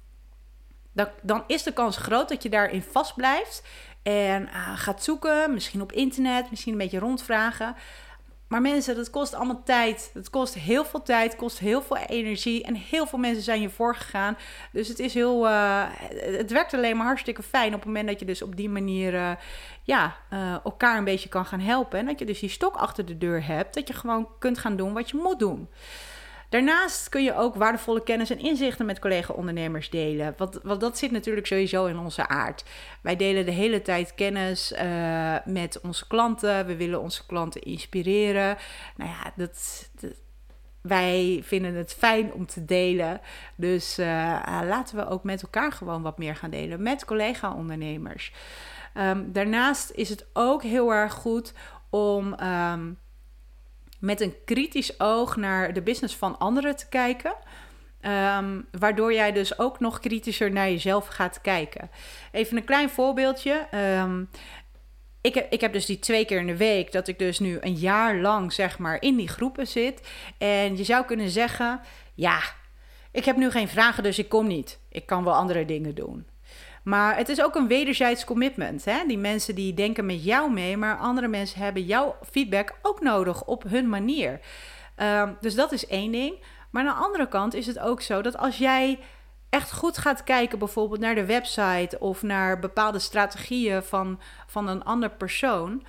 Dan, dan is de kans groot dat je daarin vast blijft en uh, gaat zoeken, misschien op internet, misschien een beetje rondvragen. Maar mensen, dat kost allemaal tijd. Het kost heel veel tijd, kost heel veel energie en heel veel mensen zijn je voorgegaan. Dus het is heel, uh, het werkt alleen maar hartstikke fijn op het moment dat je dus op die manier uh, ja, uh, elkaar een beetje kan gaan helpen. En dat je dus die stok achter de deur hebt, dat je gewoon kunt gaan doen wat je moet doen. Daarnaast kun je ook waardevolle kennis en inzichten met collega-ondernemers delen. Want, want dat zit natuurlijk sowieso in onze aard. Wij delen de hele tijd kennis uh, met onze klanten. We willen onze klanten inspireren. Nou ja, dat, dat, wij vinden het fijn om te delen. Dus uh, laten we ook met elkaar gewoon wat meer gaan delen met collega-ondernemers. Um, daarnaast is het ook heel erg goed om... Um, met een kritisch oog naar de business van anderen te kijken. Um, waardoor jij dus ook nog kritischer naar jezelf gaat kijken. Even een klein voorbeeldje. Um, ik, heb, ik heb dus die twee keer in de week dat ik dus nu een jaar lang zeg maar in die groepen zit. En je zou kunnen zeggen, ja, ik heb nu geen vragen, dus ik kom niet. Ik kan wel andere dingen doen. Maar het is ook een wederzijds commitment. Hè? Die mensen die denken met jou mee, maar andere mensen hebben jouw feedback ook nodig op hun manier. Uh, dus dat is één ding. Maar aan de andere kant is het ook zo dat als jij echt goed gaat kijken bijvoorbeeld naar de website of naar bepaalde strategieën van, van een ander persoon,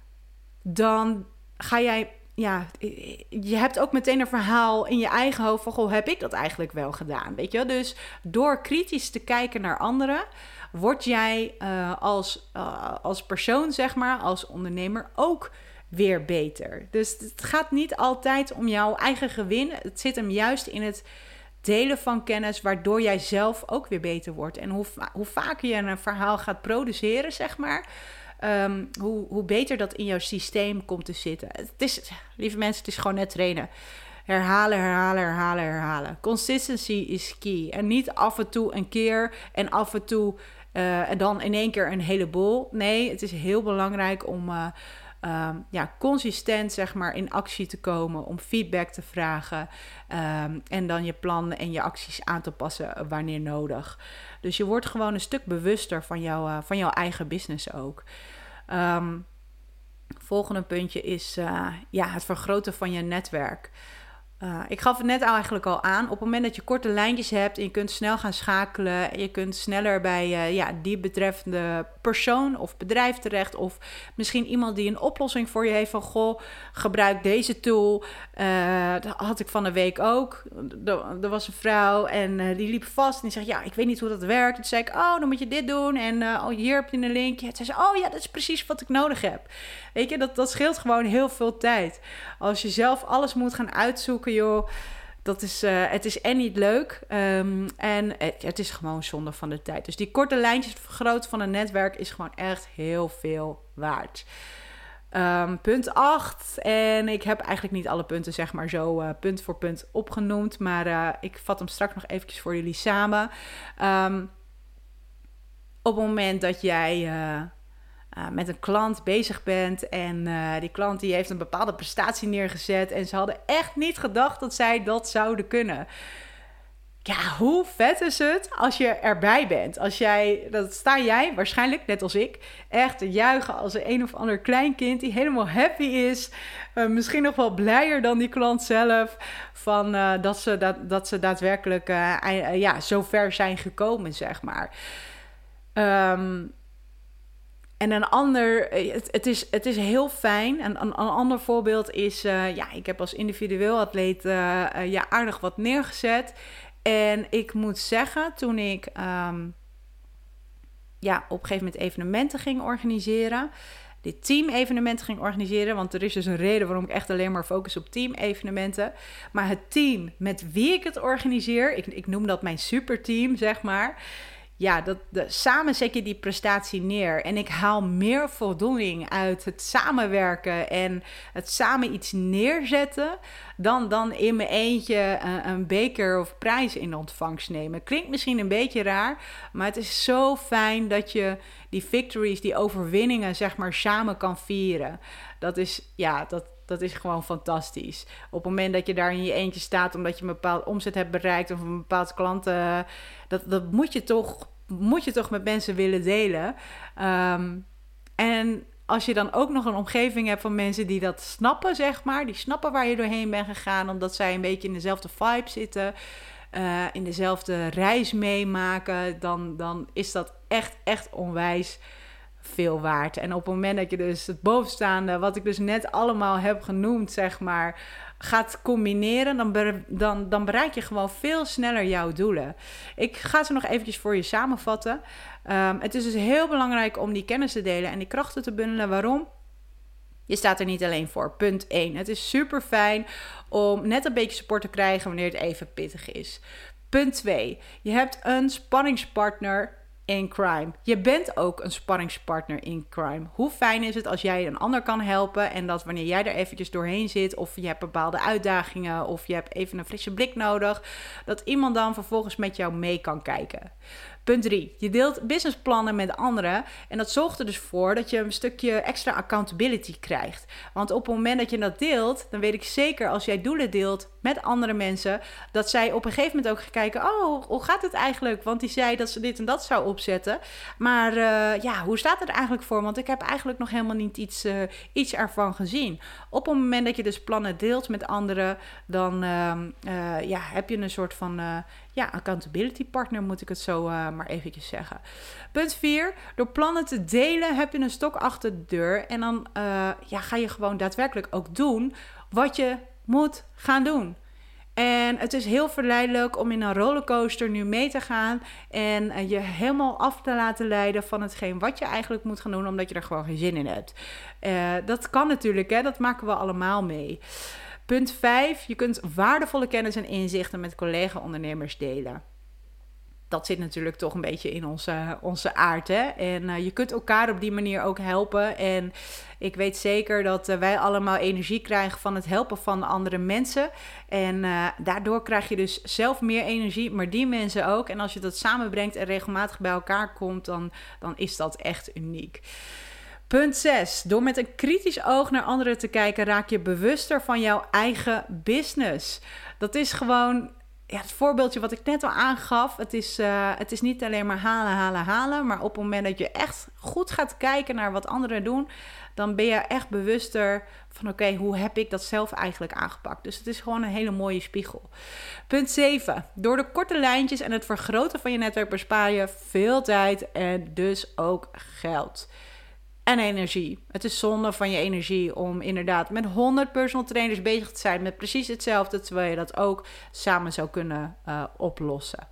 dan ga jij... Ja, je hebt ook meteen een verhaal in je eigen hoofd van, goh, heb ik dat eigenlijk wel gedaan? Weet je, dus door kritisch te kijken naar anderen, word jij uh, als, uh, als persoon, zeg maar, als ondernemer ook weer beter. Dus het gaat niet altijd om jouw eigen gewin. Het zit hem juist in het delen van kennis, waardoor jij zelf ook weer beter wordt. En hoe, hoe vaker je een verhaal gaat produceren, zeg maar, Um, hoe, hoe beter dat in jouw systeem komt te zitten. Het is, lieve mensen, het is gewoon net trainen. Herhalen, herhalen, herhalen, herhalen. Consistency is key. En niet af en toe een keer en af en toe uh, en dan in één keer een heleboel. Nee, het is heel belangrijk om uh, um, ja, consistent zeg maar in actie te komen, om feedback te vragen um, en dan je plan en je acties aan te passen wanneer nodig. Dus je wordt gewoon een stuk bewuster van, jou, uh, van jouw eigen business ook. Um, volgende puntje is uh, ja, het vergroten van je netwerk. Uh, ik gaf het net eigenlijk al aan. Op het moment dat je korte lijntjes hebt en je kunt snel gaan schakelen, en je kunt sneller bij uh, ja, die betreffende persoon of bedrijf terecht, of misschien iemand die een oplossing voor je heeft van, goh, gebruik deze tool. Uh, dat had ik van de week ook. Er was een vrouw en uh, die liep vast en die zegt, ja, ik weet niet hoe dat werkt. Toen zei ik, oh, dan moet je dit doen en uh, oh, hier heb je een linkje. Toen zei ze, oh ja, dat is precies wat ik nodig heb. Weet je, dat, dat scheelt gewoon heel veel tijd. Als je zelf alles moet gaan uitzoeken, joh, dat is, uh, het is en niet leuk um, en het, het is gewoon zonde van de tijd. Dus die korte lijntjes vergroten van een netwerk is gewoon echt heel veel waard. Um, punt acht. En ik heb eigenlijk niet alle punten zeg maar zo uh, punt voor punt opgenoemd. Maar uh, ik vat hem straks nog eventjes voor jullie samen. Um, op het moment dat jij uh, uh, met een klant bezig bent. En uh, die klant die heeft een bepaalde prestatie neergezet. En ze hadden echt niet gedacht dat zij dat zouden kunnen. Ja, hoe vet is het als je erbij bent? Als jij, dat sta jij waarschijnlijk, net als ik, echt te juichen als een een of ander kleinkind die helemaal happy is. Uh, misschien nog wel blijer dan die klant zelf. Van, uh, dat, ze dat, dat ze daadwerkelijk uh, uh, ja, zo ver zijn gekomen, zeg maar. Um, En een ander, het, het, is, het is heel fijn. En een, een ander voorbeeld is, uh, ja, ik heb als individueel atleet uh, uh, ja, aardig wat neergezet. En ik moet zeggen, toen ik um, ja, op een gegeven moment evenementen ging organiseren, dit team-evenementen ging organiseren, want er is dus een reden waarom ik echt alleen maar focus op team-evenementen. Maar het team met wie ik het organiseer, ik, ik noem dat mijn superteam, zeg maar. Ja, dat, de, samen zet je die prestatie neer. En ik haal meer voldoening uit het samenwerken en het samen iets neerzetten dan, dan in mijn eentje een, een beker of prijs in ontvangst nemen. Klinkt misschien een beetje raar, maar het is zo fijn dat je die victories, die overwinningen, zeg maar, samen kan vieren. Dat is, ja, dat, dat is gewoon fantastisch. Op het moment dat je daar in je eentje staat omdat je een bepaald omzet hebt bereikt of een bepaald klant, uh, dat, dat moet je toch, moet je toch met mensen willen delen. Um, en als je dan ook nog een omgeving hebt van mensen die dat snappen, zeg maar, die snappen waar je doorheen bent gegaan, omdat zij een beetje in dezelfde vibe zitten, uh, in dezelfde reis meemaken, dan, dan is dat echt, echt onwijs veel waard. En op het moment dat je dus het bovenstaande, wat ik dus net allemaal heb genoemd, zeg maar, gaat combineren, dan, be- dan, dan bereik je gewoon veel sneller jouw doelen. Ik ga ze nog eventjes voor je samenvatten. Um, het is dus heel belangrijk om die kennis te delen en die krachten te bundelen. Waarom? Je staat er niet alleen voor. Punt één. Het is super fijn om net een beetje support te krijgen wanneer het even pittig is. Punt twee. Je hebt een spanningspartner in crime. Je bent ook een sparringspartner in crime. Hoe fijn is het als jij een ander kan helpen en dat wanneer jij er eventjes doorheen zit of je hebt bepaalde uitdagingen of je hebt even een frisse blik nodig, dat iemand dan vervolgens met jou mee kan kijken. Punt drie. Je deelt businessplannen met anderen en dat zorgt er dus voor dat je een stukje extra accountability krijgt. Want op het moment dat je dat deelt, dan weet ik zeker als jij doelen deelt met andere mensen, dat zij op een gegeven moment ook gaan kijken, oh, hoe gaat het eigenlijk? Want die zei dat ze dit en dat zou opzetten. Maar uh, ja, hoe staat het er eigenlijk voor? Want ik heb eigenlijk nog helemaal niet iets, uh, iets ervan gezien. Op het moment dat je dus plannen deelt met anderen, dan uh, uh, ja, heb je een soort van uh, ja, accountability partner, moet ik het zo uh, maar eventjes zeggen. Punt vier. Door plannen te delen heb je een stok achter de deur. En dan uh, ja, ga je gewoon daadwerkelijk ook doen wat je moet gaan doen. En het is heel verleidelijk om in een rollercoaster nu mee te gaan en uh, je helemaal af te laten leiden van hetgeen wat je eigenlijk moet gaan doen, omdat je er gewoon geen zin in hebt. Uh, dat kan natuurlijk, hè? Dat maken we allemaal mee. Punt vijf. Je kunt waardevolle kennis en inzichten met collega-ondernemers delen. Dat zit natuurlijk toch een beetje in onze, onze aard, hè? En uh, je kunt elkaar op die manier ook helpen. En ik weet zeker dat uh, wij allemaal energie krijgen van het helpen van andere mensen. En uh, daardoor krijg je dus zelf meer energie, maar die mensen ook. En als je dat samenbrengt en regelmatig bij elkaar komt, dan, dan is dat echt uniek. Punt zes. Door met een kritisch oog naar anderen te kijken, raak je bewuster van jouw eigen business. Dat is gewoon ja, het voorbeeldje wat ik net al aangaf. Het is, uh, het is niet alleen maar halen, halen, halen. Maar op het moment dat je echt goed gaat kijken naar wat anderen doen, dan ben je echt bewuster van oké, okay, hoe heb ik dat zelf eigenlijk aangepakt? Dus het is gewoon een hele mooie spiegel. Punt zeven. Door de korte lijntjes en het vergroten van je netwerk bespaar je veel tijd en dus ook geld. En energie. Het is zonde van je energie om inderdaad met honderd personal trainers bezig te zijn met precies hetzelfde, terwijl je dat ook samen zou kunnen uh, oplossen.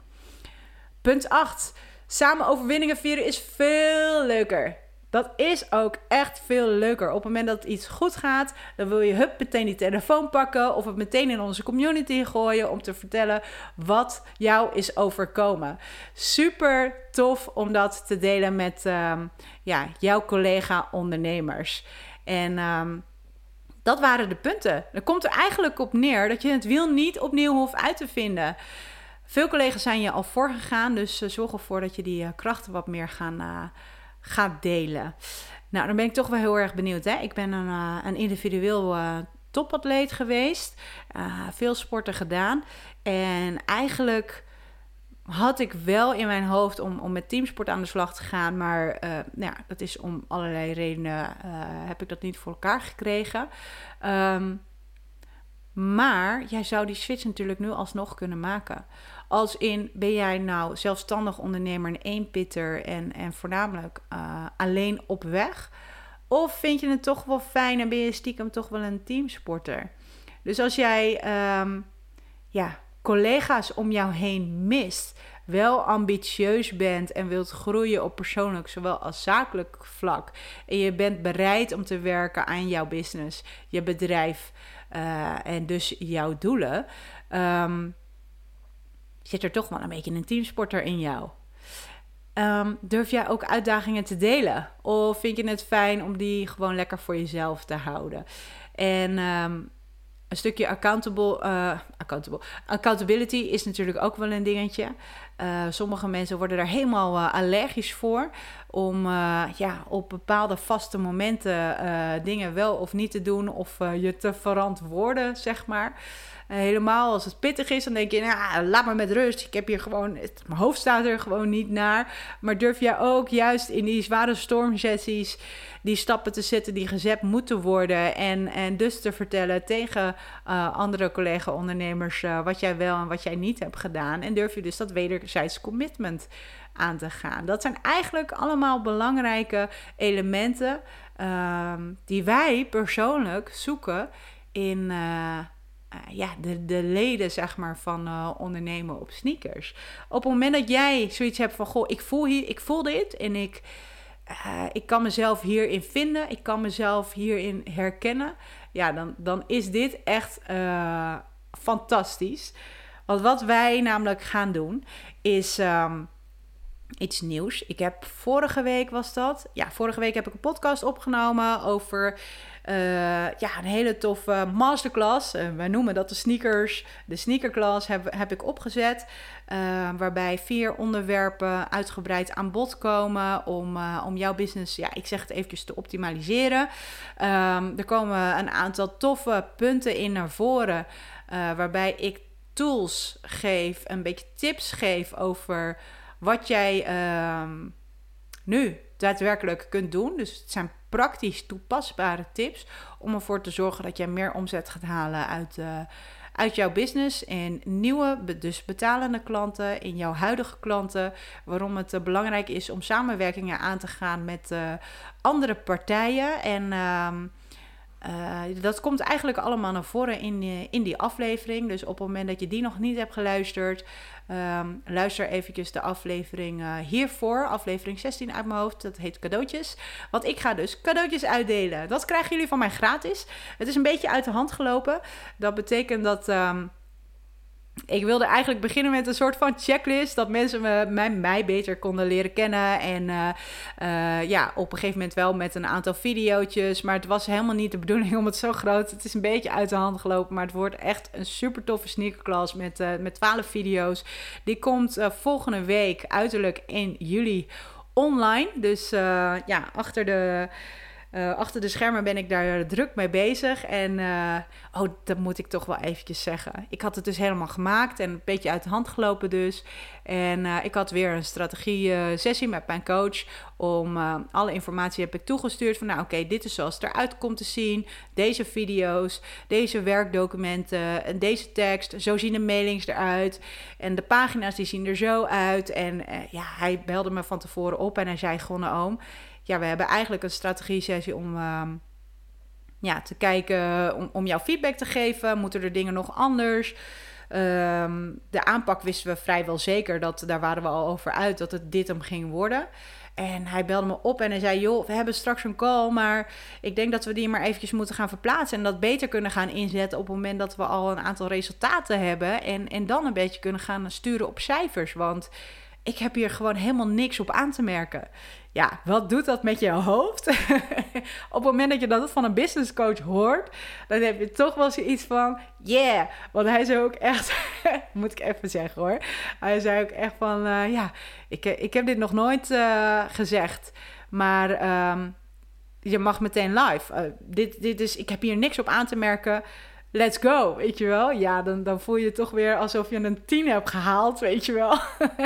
Punt acht. Samen overwinningen vieren is veel leuker. Dat is ook echt veel leuker. Op het moment dat iets goed gaat, dan wil je hup meteen die telefoon pakken of het meteen in onze community gooien om te vertellen wat jou is overkomen. Super tof om dat te delen met um, ja, jouw collega-ondernemers. En um, dat waren de punten. Er komt er eigenlijk op neer dat je het wiel niet opnieuw hoeft uit te vinden. Veel collega's zijn je al voorgegaan, dus uh, zorg ervoor dat je die uh, krachten wat meer gaan, uh, gaat delen. Nou, dan ben ik toch wel heel erg benieuwd. Hè? Ik ben een, uh, een individueel uh, topatleet geweest, uh, veel sporten gedaan. En eigenlijk had ik wel in mijn hoofd om, om met teamsport aan de slag te gaan. Maar uh, nou ja, dat is om allerlei redenen uh, heb ik dat niet voor elkaar gekregen. Um, maar jij zou die switch natuurlijk nu alsnog kunnen maken. Als in, ben jij nou zelfstandig ondernemer, een eenpitter en, en voornamelijk uh, alleen op weg? Of vind je het toch wel fijn en ben je stiekem toch wel een teamsporter? Dus als jij um, ja, collega's om jou heen mist, wel ambitieus bent en wilt groeien op persoonlijk zowel als zakelijk vlak, en je bent bereid om te werken aan jouw business, je bedrijf uh, en dus jouw doelen, um, zit er toch wel een beetje een teamsporter in jou. Um, durf jij ook uitdagingen te delen? Of vind je het fijn om die gewoon lekker voor jezelf te houden? En um, een stukje accountable, uh, accountable, accountability is natuurlijk ook wel een dingetje. Uh, sommige mensen worden daar helemaal uh, allergisch voor. Om uh, ja, op bepaalde vaste momenten uh, dingen wel of niet te doen. Of uh, je te verantwoorden, zeg maar. Uh, helemaal als het pittig is, dan denk je, nou, laat maar met rust. Ik heb hier gewoon, het, mijn hoofd staat er gewoon niet naar. Maar durf jij ook juist in die zware stormsessies die stappen te zetten die gezet moeten worden. En, en dus te vertellen tegen uh, andere collega-ondernemers uh, wat jij wel en wat jij niet hebt gedaan. En durf je dus dat wederzijds commitment aan te gaan. Dat zijn eigenlijk allemaal belangrijke elementen uh, die wij persoonlijk zoeken in Uh, Uh, ja, de, de leden, zeg maar, van uh, ondernemen op sneakers. Op het moment dat jij zoiets hebt van, goh, ik voel, hier, ik voel dit en ik, uh, ik kan mezelf hierin vinden, ik kan mezelf hierin herkennen, ja, dan, dan is dit echt uh, fantastisch. Want wat wij namelijk gaan doen, is Um, iets nieuws. Ik heb vorige week was dat. Ja, vorige week heb ik een podcast opgenomen over uh, ja, een hele toffe masterclass. Uh, wij noemen dat de sneakers. De sneakerclass heb, heb ik opgezet. Uh, waarbij vier onderwerpen uitgebreid aan bod komen om, uh, om jouw business, ja, ik zeg het eventjes, te optimaliseren. Um, er komen een aantal toffe punten in naar voren. Uh, waarbij ik tools geef, een beetje tips geef over wat jij uh, nu daadwerkelijk kunt doen. Dus het zijn praktisch toepasbare tips om ervoor te zorgen dat jij meer omzet gaat halen uit, uh, uit jouw business. En nieuwe, dus betalende klanten, in jouw huidige klanten. Waarom het uh, belangrijk is om samenwerkingen aan te gaan met uh, andere partijen. En Uh, Uh, dat komt eigenlijk allemaal naar voren in, uh, in die aflevering. Dus op het moment dat je die nog niet hebt geluisterd, um, luister eventjes de aflevering uh, hiervoor. Aflevering zestien uit mijn hoofd, dat heet cadeautjes. Want ik ga dus cadeautjes uitdelen. Dat krijgen jullie van mij gratis. Het is een beetje uit de hand gelopen. Dat betekent dat Um, ik wilde eigenlijk beginnen met een soort van checklist, dat mensen me, mij, mij beter konden leren kennen. En uh, uh, ja, op een gegeven moment wel met een aantal videootjes. Maar het was helemaal niet de bedoeling om het zo groot. Het is een beetje uit de hand gelopen, maar het wordt echt een super toffe sneakerclass met, uh, met twaalf video's. Die komt uh, volgende week, uiterlijk in juli, online. Dus uh, ja, achter de Uh, achter de schermen ben ik daar druk mee bezig. En uh, oh, dat moet ik toch wel eventjes zeggen. Ik had het dus helemaal gemaakt en een beetje uit de hand gelopen dus. En uh, ik had weer een strategie uh, sessie met mijn coach. Om uh, alle informatie heb ik toegestuurd. Van nou oké, okay, dit is zoals het eruit komt te zien. Deze video's, deze werkdocumenten en deze tekst. Zo zien de mailings eruit. En de pagina's die zien er zo uit. En uh, ja, hij belde me van tevoren op en hij zei gewoon, oom, ja, we hebben eigenlijk een strategie-sessie om uh, ja, te kijken, om, om jouw feedback te geven. Moeten er dingen nog anders? Um, de aanpak wisten we vrijwel zeker, dat daar waren we al over uit, dat het dit hem ging worden. En hij belde me op en hij zei, joh, we hebben straks een call, maar ik denk dat we die maar eventjes moeten gaan verplaatsen en dat beter kunnen gaan inzetten op het moment dat we al een aantal resultaten hebben en, en dan een beetje kunnen gaan sturen op cijfers. Want ik heb hier gewoon helemaal niks op aan te merken. Ja, wat doet dat met je hoofd? Op het moment dat je dat van een business coach hoort, dan heb je toch wel zoiets van, yeah. Want hij zei ook echt, moet ik even zeggen hoor. Hij zei ook echt van, uh, ja, ik, ik heb dit nog nooit uh, gezegd. Maar um, je mag meteen live. Uh, dit, dit is, ik heb hier niks op aan te merken. Let's go, weet je wel. Ja, dan, dan voel je het toch weer alsof je een tien hebt gehaald, weet je wel.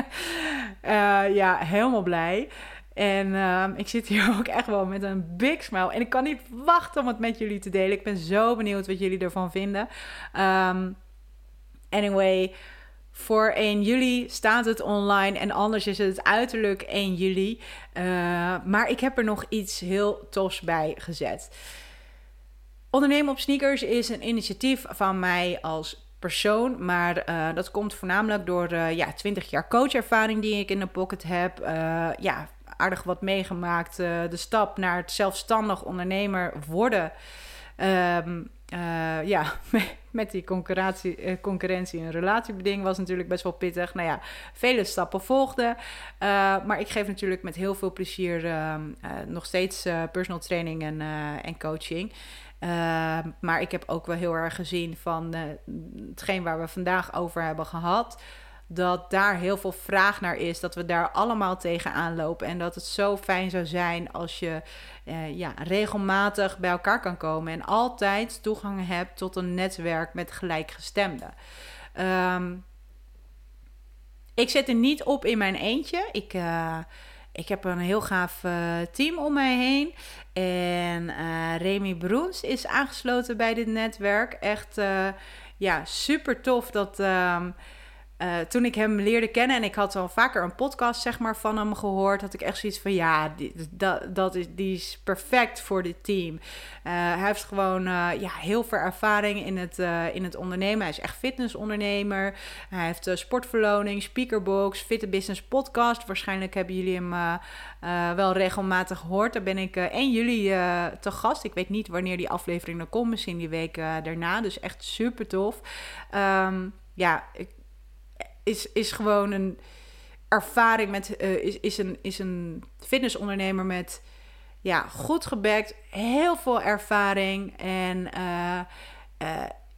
uh, ja, helemaal blij. En uh, ik zit hier ook echt wel met een big smile. En ik kan niet wachten om het met jullie te delen. Ik ben zo benieuwd wat jullie ervan vinden. Um, anyway, voor één juli staat het online. En anders is het uiterlijk één juli. Uh, maar ik heb er nog iets heel tofs bij gezet. Ondernemen op sneakers is een initiatief van mij als persoon. Maar uh, dat komt voornamelijk door uh, ja, twintig jaar coachervaring die ik in de pocket heb. Uh, ja, aardig wat meegemaakt. Uh, de stap naar het zelfstandig ondernemer worden. Um, uh, ja, met die concurrentie, uh, concurrentie en relatiebeding was natuurlijk best wel pittig. Nou ja, vele stappen volgden. Uh, maar ik geef natuurlijk met heel veel plezier uh, uh, nog steeds uh, personal training en, uh, en coaching. Uh, maar ik heb ook wel heel erg gezien van uh, hetgeen waar we vandaag over hebben gehad, dat daar heel veel vraag naar is, dat we daar allemaal tegenaan lopen en dat het zo fijn zou zijn als je uh, ja, regelmatig bij elkaar kan komen en altijd toegang hebt tot een netwerk met gelijkgestemden. Um, ik zet er niet op in mijn eentje. Ik... Uh, Ik heb een heel gaaf uh, team om mij heen. En uh, Remy Broens is aangesloten bij dit netwerk. Echt uh, ja, super tof dat uh, uh, toen ik hem leerde kennen... en ik had al vaker een podcast zeg maar, van hem gehoord... had ik echt zoiets van ja, die, dat, dat is, die is perfect voor dit team. Uh, hij heeft gewoon uh, ja, heel veel ervaring in het, uh, in het ondernemen. Hij is echt fitnessondernemer. Hij heeft uh, sportverloning, speakerbox, Fitte Business podcast. Waarschijnlijk hebben jullie hem uh, uh, wel regelmatig gehoord. Daar ben ik uh, één juli uh, te gast. Ik weet niet wanneer die aflevering er komt. Misschien die week uh, daarna. Dus echt super tof. Um, ja, ik... Is, is gewoon een ervaring met, uh, is, is, een, is een fitnessondernemer met ja, goed gebackt, heel veel ervaring en uh, uh,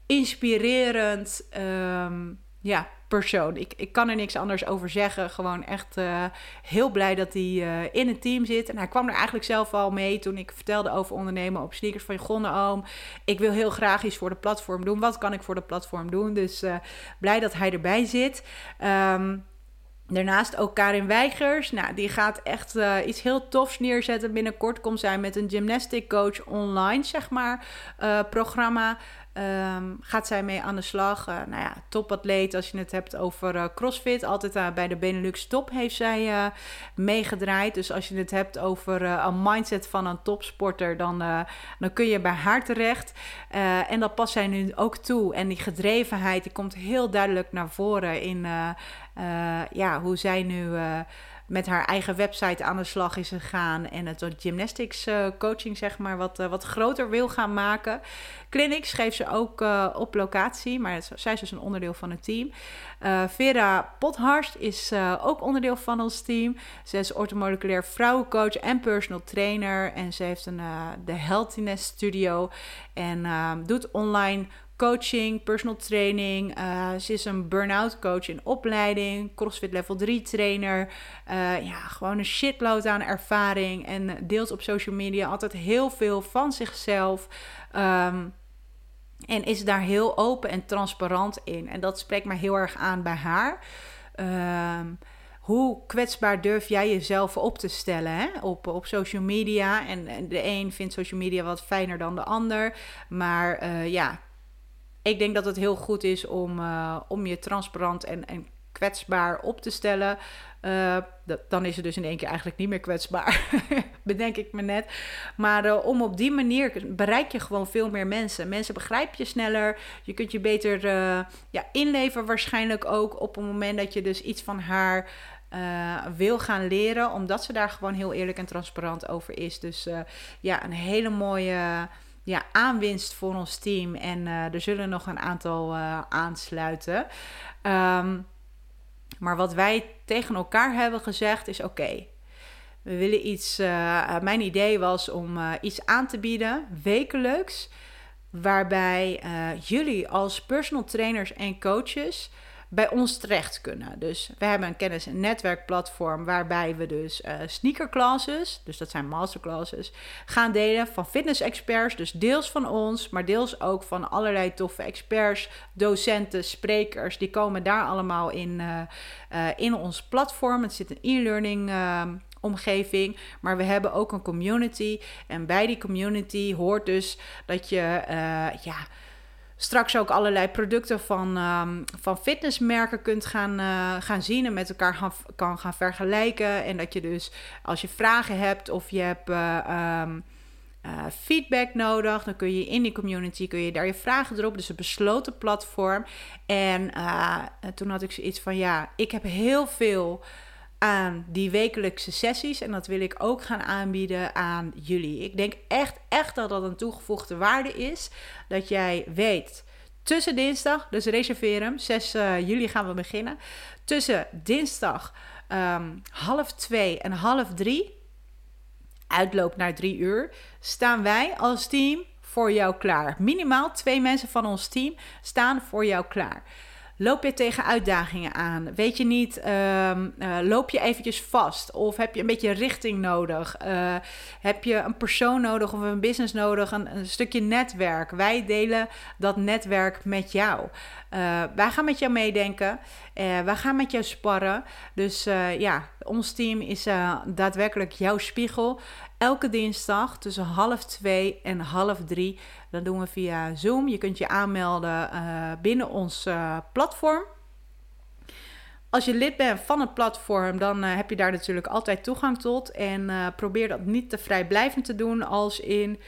inspirerend um, ja, persoon. Ik, ik kan er niks anders over zeggen. Gewoon echt uh, heel blij dat hij uh, in het team zit. En hij kwam er eigenlijk zelf al mee toen ik vertelde over ondernemen op sneakers. Van, goh, oom, ik wil heel graag iets voor de platform doen. Wat kan ik voor de platform doen? Dus uh, blij dat hij erbij zit. Um, Daarnaast ook Karin Weigers. Nou, die gaat echt uh, iets heel tofs neerzetten. Binnenkort komt zij met een gymnastic coach online, zeg maar, uh, programma. Um, gaat zij mee aan de slag. Uh, nou ja, topatleet als je het hebt over uh, CrossFit. Altijd uh, bij de Benelux Top heeft zij uh, meegedraaid. Dus als je het hebt over uh, een mindset van een topsporter, dan, uh, dan kun je bij haar terecht. Uh, en dat past zij nu ook toe. En die gedrevenheid die komt heel duidelijk naar voren in uh, uh, ja, hoe zij nu Uh, met haar eigen website aan de slag is gegaan en het gymnastics uh, coaching zeg maar wat, uh, wat groter wil gaan maken. Clinics geeft ze ook uh, op locatie, maar het, zij is dus een onderdeel van het team. Uh, Vera Pothorst is uh, ook onderdeel van ons team. Ze is orthomoleculair vrouwencoach en personal trainer en ze heeft een, uh, de Healthiness Studio en uh, doet online coaching, personal training. Uh, ze is een burn-out coach in opleiding. CrossFit level drie trainer. Uh, ja, gewoon een shitload aan ervaring. En deelt op social media altijd heel veel van zichzelf. Um, en is daar heel open en transparant in. En dat spreekt mij heel erg aan bij haar. Um, Hoe kwetsbaar durf jij jezelf op te stellen hè? Op, op social media? En, en de een vindt social media wat fijner dan de ander. Maar uh, ja... Ik denk dat het heel goed is om, uh, om je transparant en, en kwetsbaar op te stellen. Uh, dat, dan is het dus in één keer eigenlijk niet meer kwetsbaar. Bedenk ik me net. Maar uh, om op die manier bereik je gewoon veel meer mensen. Mensen begrijpen je sneller. Je kunt je beter uh, ja, inleven waarschijnlijk ook op het moment dat je dus iets van haar Uh, wil gaan leren. Omdat ze daar gewoon heel eerlijk en transparant over is. Dus uh, ja, een hele mooie ja, aanwinst voor ons team. En uh, er zullen nog een aantal uh, aansluiten. Um, Maar wat wij tegen elkaar hebben gezegd is oké. Okay, we willen iets, uh, mijn idee was om uh, iets aan te bieden, wekelijks, waarbij uh, jullie als personal trainers en coaches bij ons terecht kunnen. Dus we hebben een kennis- en netwerkplatform waarbij we dus uh, sneakerclasses, dus dat zijn masterclasses, gaan delen van fitness-experts. Dus deels van ons, maar deels ook van allerlei toffe experts, docenten, sprekers. Die komen daar allemaal in, uh, uh, in ons platform. Het zit een e-learning uh, omgeving, maar we hebben ook een community. En bij die community hoort dus dat je uh, ja, straks ook allerlei producten van, um, van fitnessmerken kunt gaan, uh, gaan zien en met elkaar gaan, kan gaan vergelijken. En dat je dus als je vragen hebt of je hebt uh, um, uh, feedback nodig, dan kun je in die community, kun je daar je vragen erop. Dus een besloten platform. En uh, toen had ik zoiets van, ja, ik heb heel veel aan die wekelijkse sessies en dat wil ik ook gaan aanbieden aan jullie. Ik denk echt, echt dat dat een toegevoegde waarde is, dat jij weet, tussen dinsdag, dus reserveer hem, zes juli gaan we beginnen, tussen dinsdag um, half twee en half drie, uitloop naar drie uur, staan wij als team voor jou klaar. Minimaal twee mensen van ons team staan voor jou klaar. Loop je tegen uitdagingen aan? Weet je niet, uh, uh, loop je eventjes vast? Of heb je een beetje richting nodig? Uh, heb je een persoon nodig of een business nodig? Een, een stukje netwerk. Wij delen dat netwerk met jou. Uh, wij gaan met jou meedenken. Uh, wij gaan met jou sparren. Dus uh, ja, ons team is uh, daadwerkelijk jouw spiegel. Elke dinsdag tussen half twee en half drie. Dat doen we via Zoom. Je kunt je aanmelden uh, binnen ons uh, platform. Als je lid bent van het platform, dan uh, heb je daar natuurlijk altijd toegang tot. En uh, probeer dat niet te vrijblijvend te doen als in...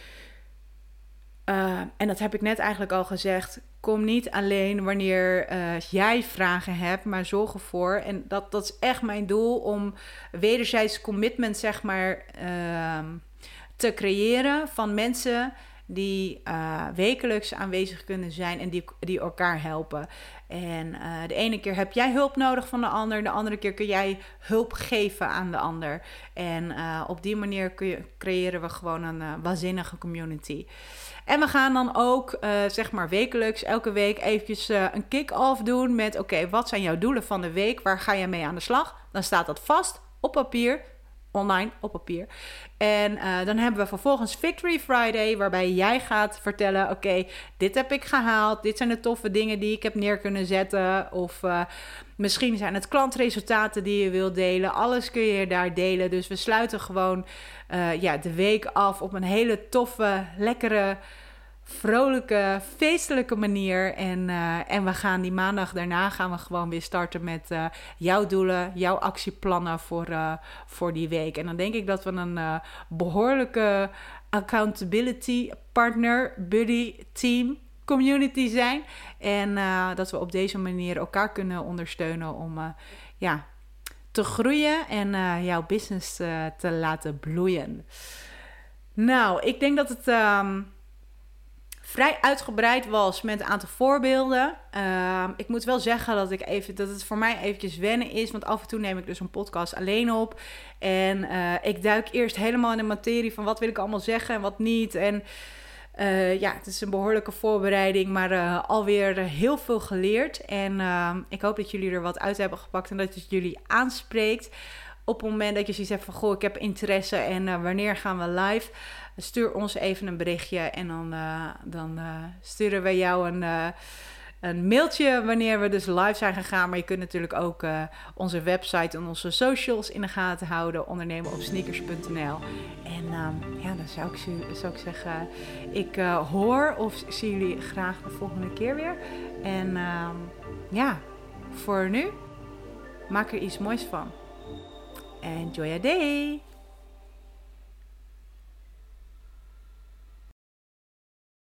Uh, en dat heb ik net eigenlijk al gezegd. Kom niet alleen wanneer uh, jij vragen hebt, maar zorg ervoor. En dat, dat is echt mijn doel, om wederzijds commitment, zeg maar, uh, te creëren van mensen die uh, wekelijks aanwezig kunnen zijn en die, die elkaar helpen. En uh, de ene keer heb jij hulp nodig van de ander, de andere keer kun jij hulp geven aan de ander. En uh, op die manier kun je, creëren we gewoon een uh, waanzinnige community. En we gaan dan ook, uh, zeg maar wekelijks, elke week eventjes uh, een kick-off doen met... oké, okay, wat zijn jouw doelen van de week? Waar ga je mee aan de slag? Dan staat dat vast op papier, online op papier. En uh, dan hebben we vervolgens Victory Friday, waarbij jij gaat vertellen... oké, okay, dit heb ik gehaald, dit zijn de toffe dingen die ik heb neer kunnen zetten... of uh, misschien zijn het klantresultaten die je wilt delen. Alles kun je daar delen. Dus we sluiten gewoon uh, ja, de week af op een hele toffe, lekkere, vrolijke, feestelijke manier. En, uh, en we gaan die maandag daarna gaan we gewoon weer starten met uh, jouw doelen, jouw actieplannen voor, uh, voor die week. En dan denk ik dat we een uh, behoorlijke accountability partner, buddy, team, community zijn. En uh, dat we op deze manier elkaar kunnen ondersteunen om uh, ja, te groeien en uh, jouw business uh, te laten bloeien. Nou, ik denk dat het um, vrij uitgebreid was met een aantal voorbeelden. Uh, ik moet wel zeggen dat, ik even, dat het voor mij eventjes wennen is, want af en toe neem ik dus een podcast alleen op. En uh, ik duik eerst helemaal in de materie van wat wil ik allemaal zeggen en wat niet. En Uh, ja, het is een behoorlijke voorbereiding, maar uh, alweer uh, heel veel geleerd. En uh, ik hoop dat jullie er wat uit hebben gepakt en dat het jullie aanspreekt. Op het moment dat je zoiets hebt van, goh, ik heb interesse en uh, wanneer gaan we live? Stuur ons even een berichtje en dan, uh, dan uh, sturen we jou een... Uh, Een mailtje wanneer we dus live zijn gegaan. Maar je kunt natuurlijk ook uh, onze website en onze socials in de gaten houden. ondernemen op sneakers punt n l. En um, ja, dan zou ik, zou ik zeggen... Ik uh, hoor of zie jullie graag de volgende keer weer. En um, ja, voor nu... maak er iets moois van. Enjoy your day!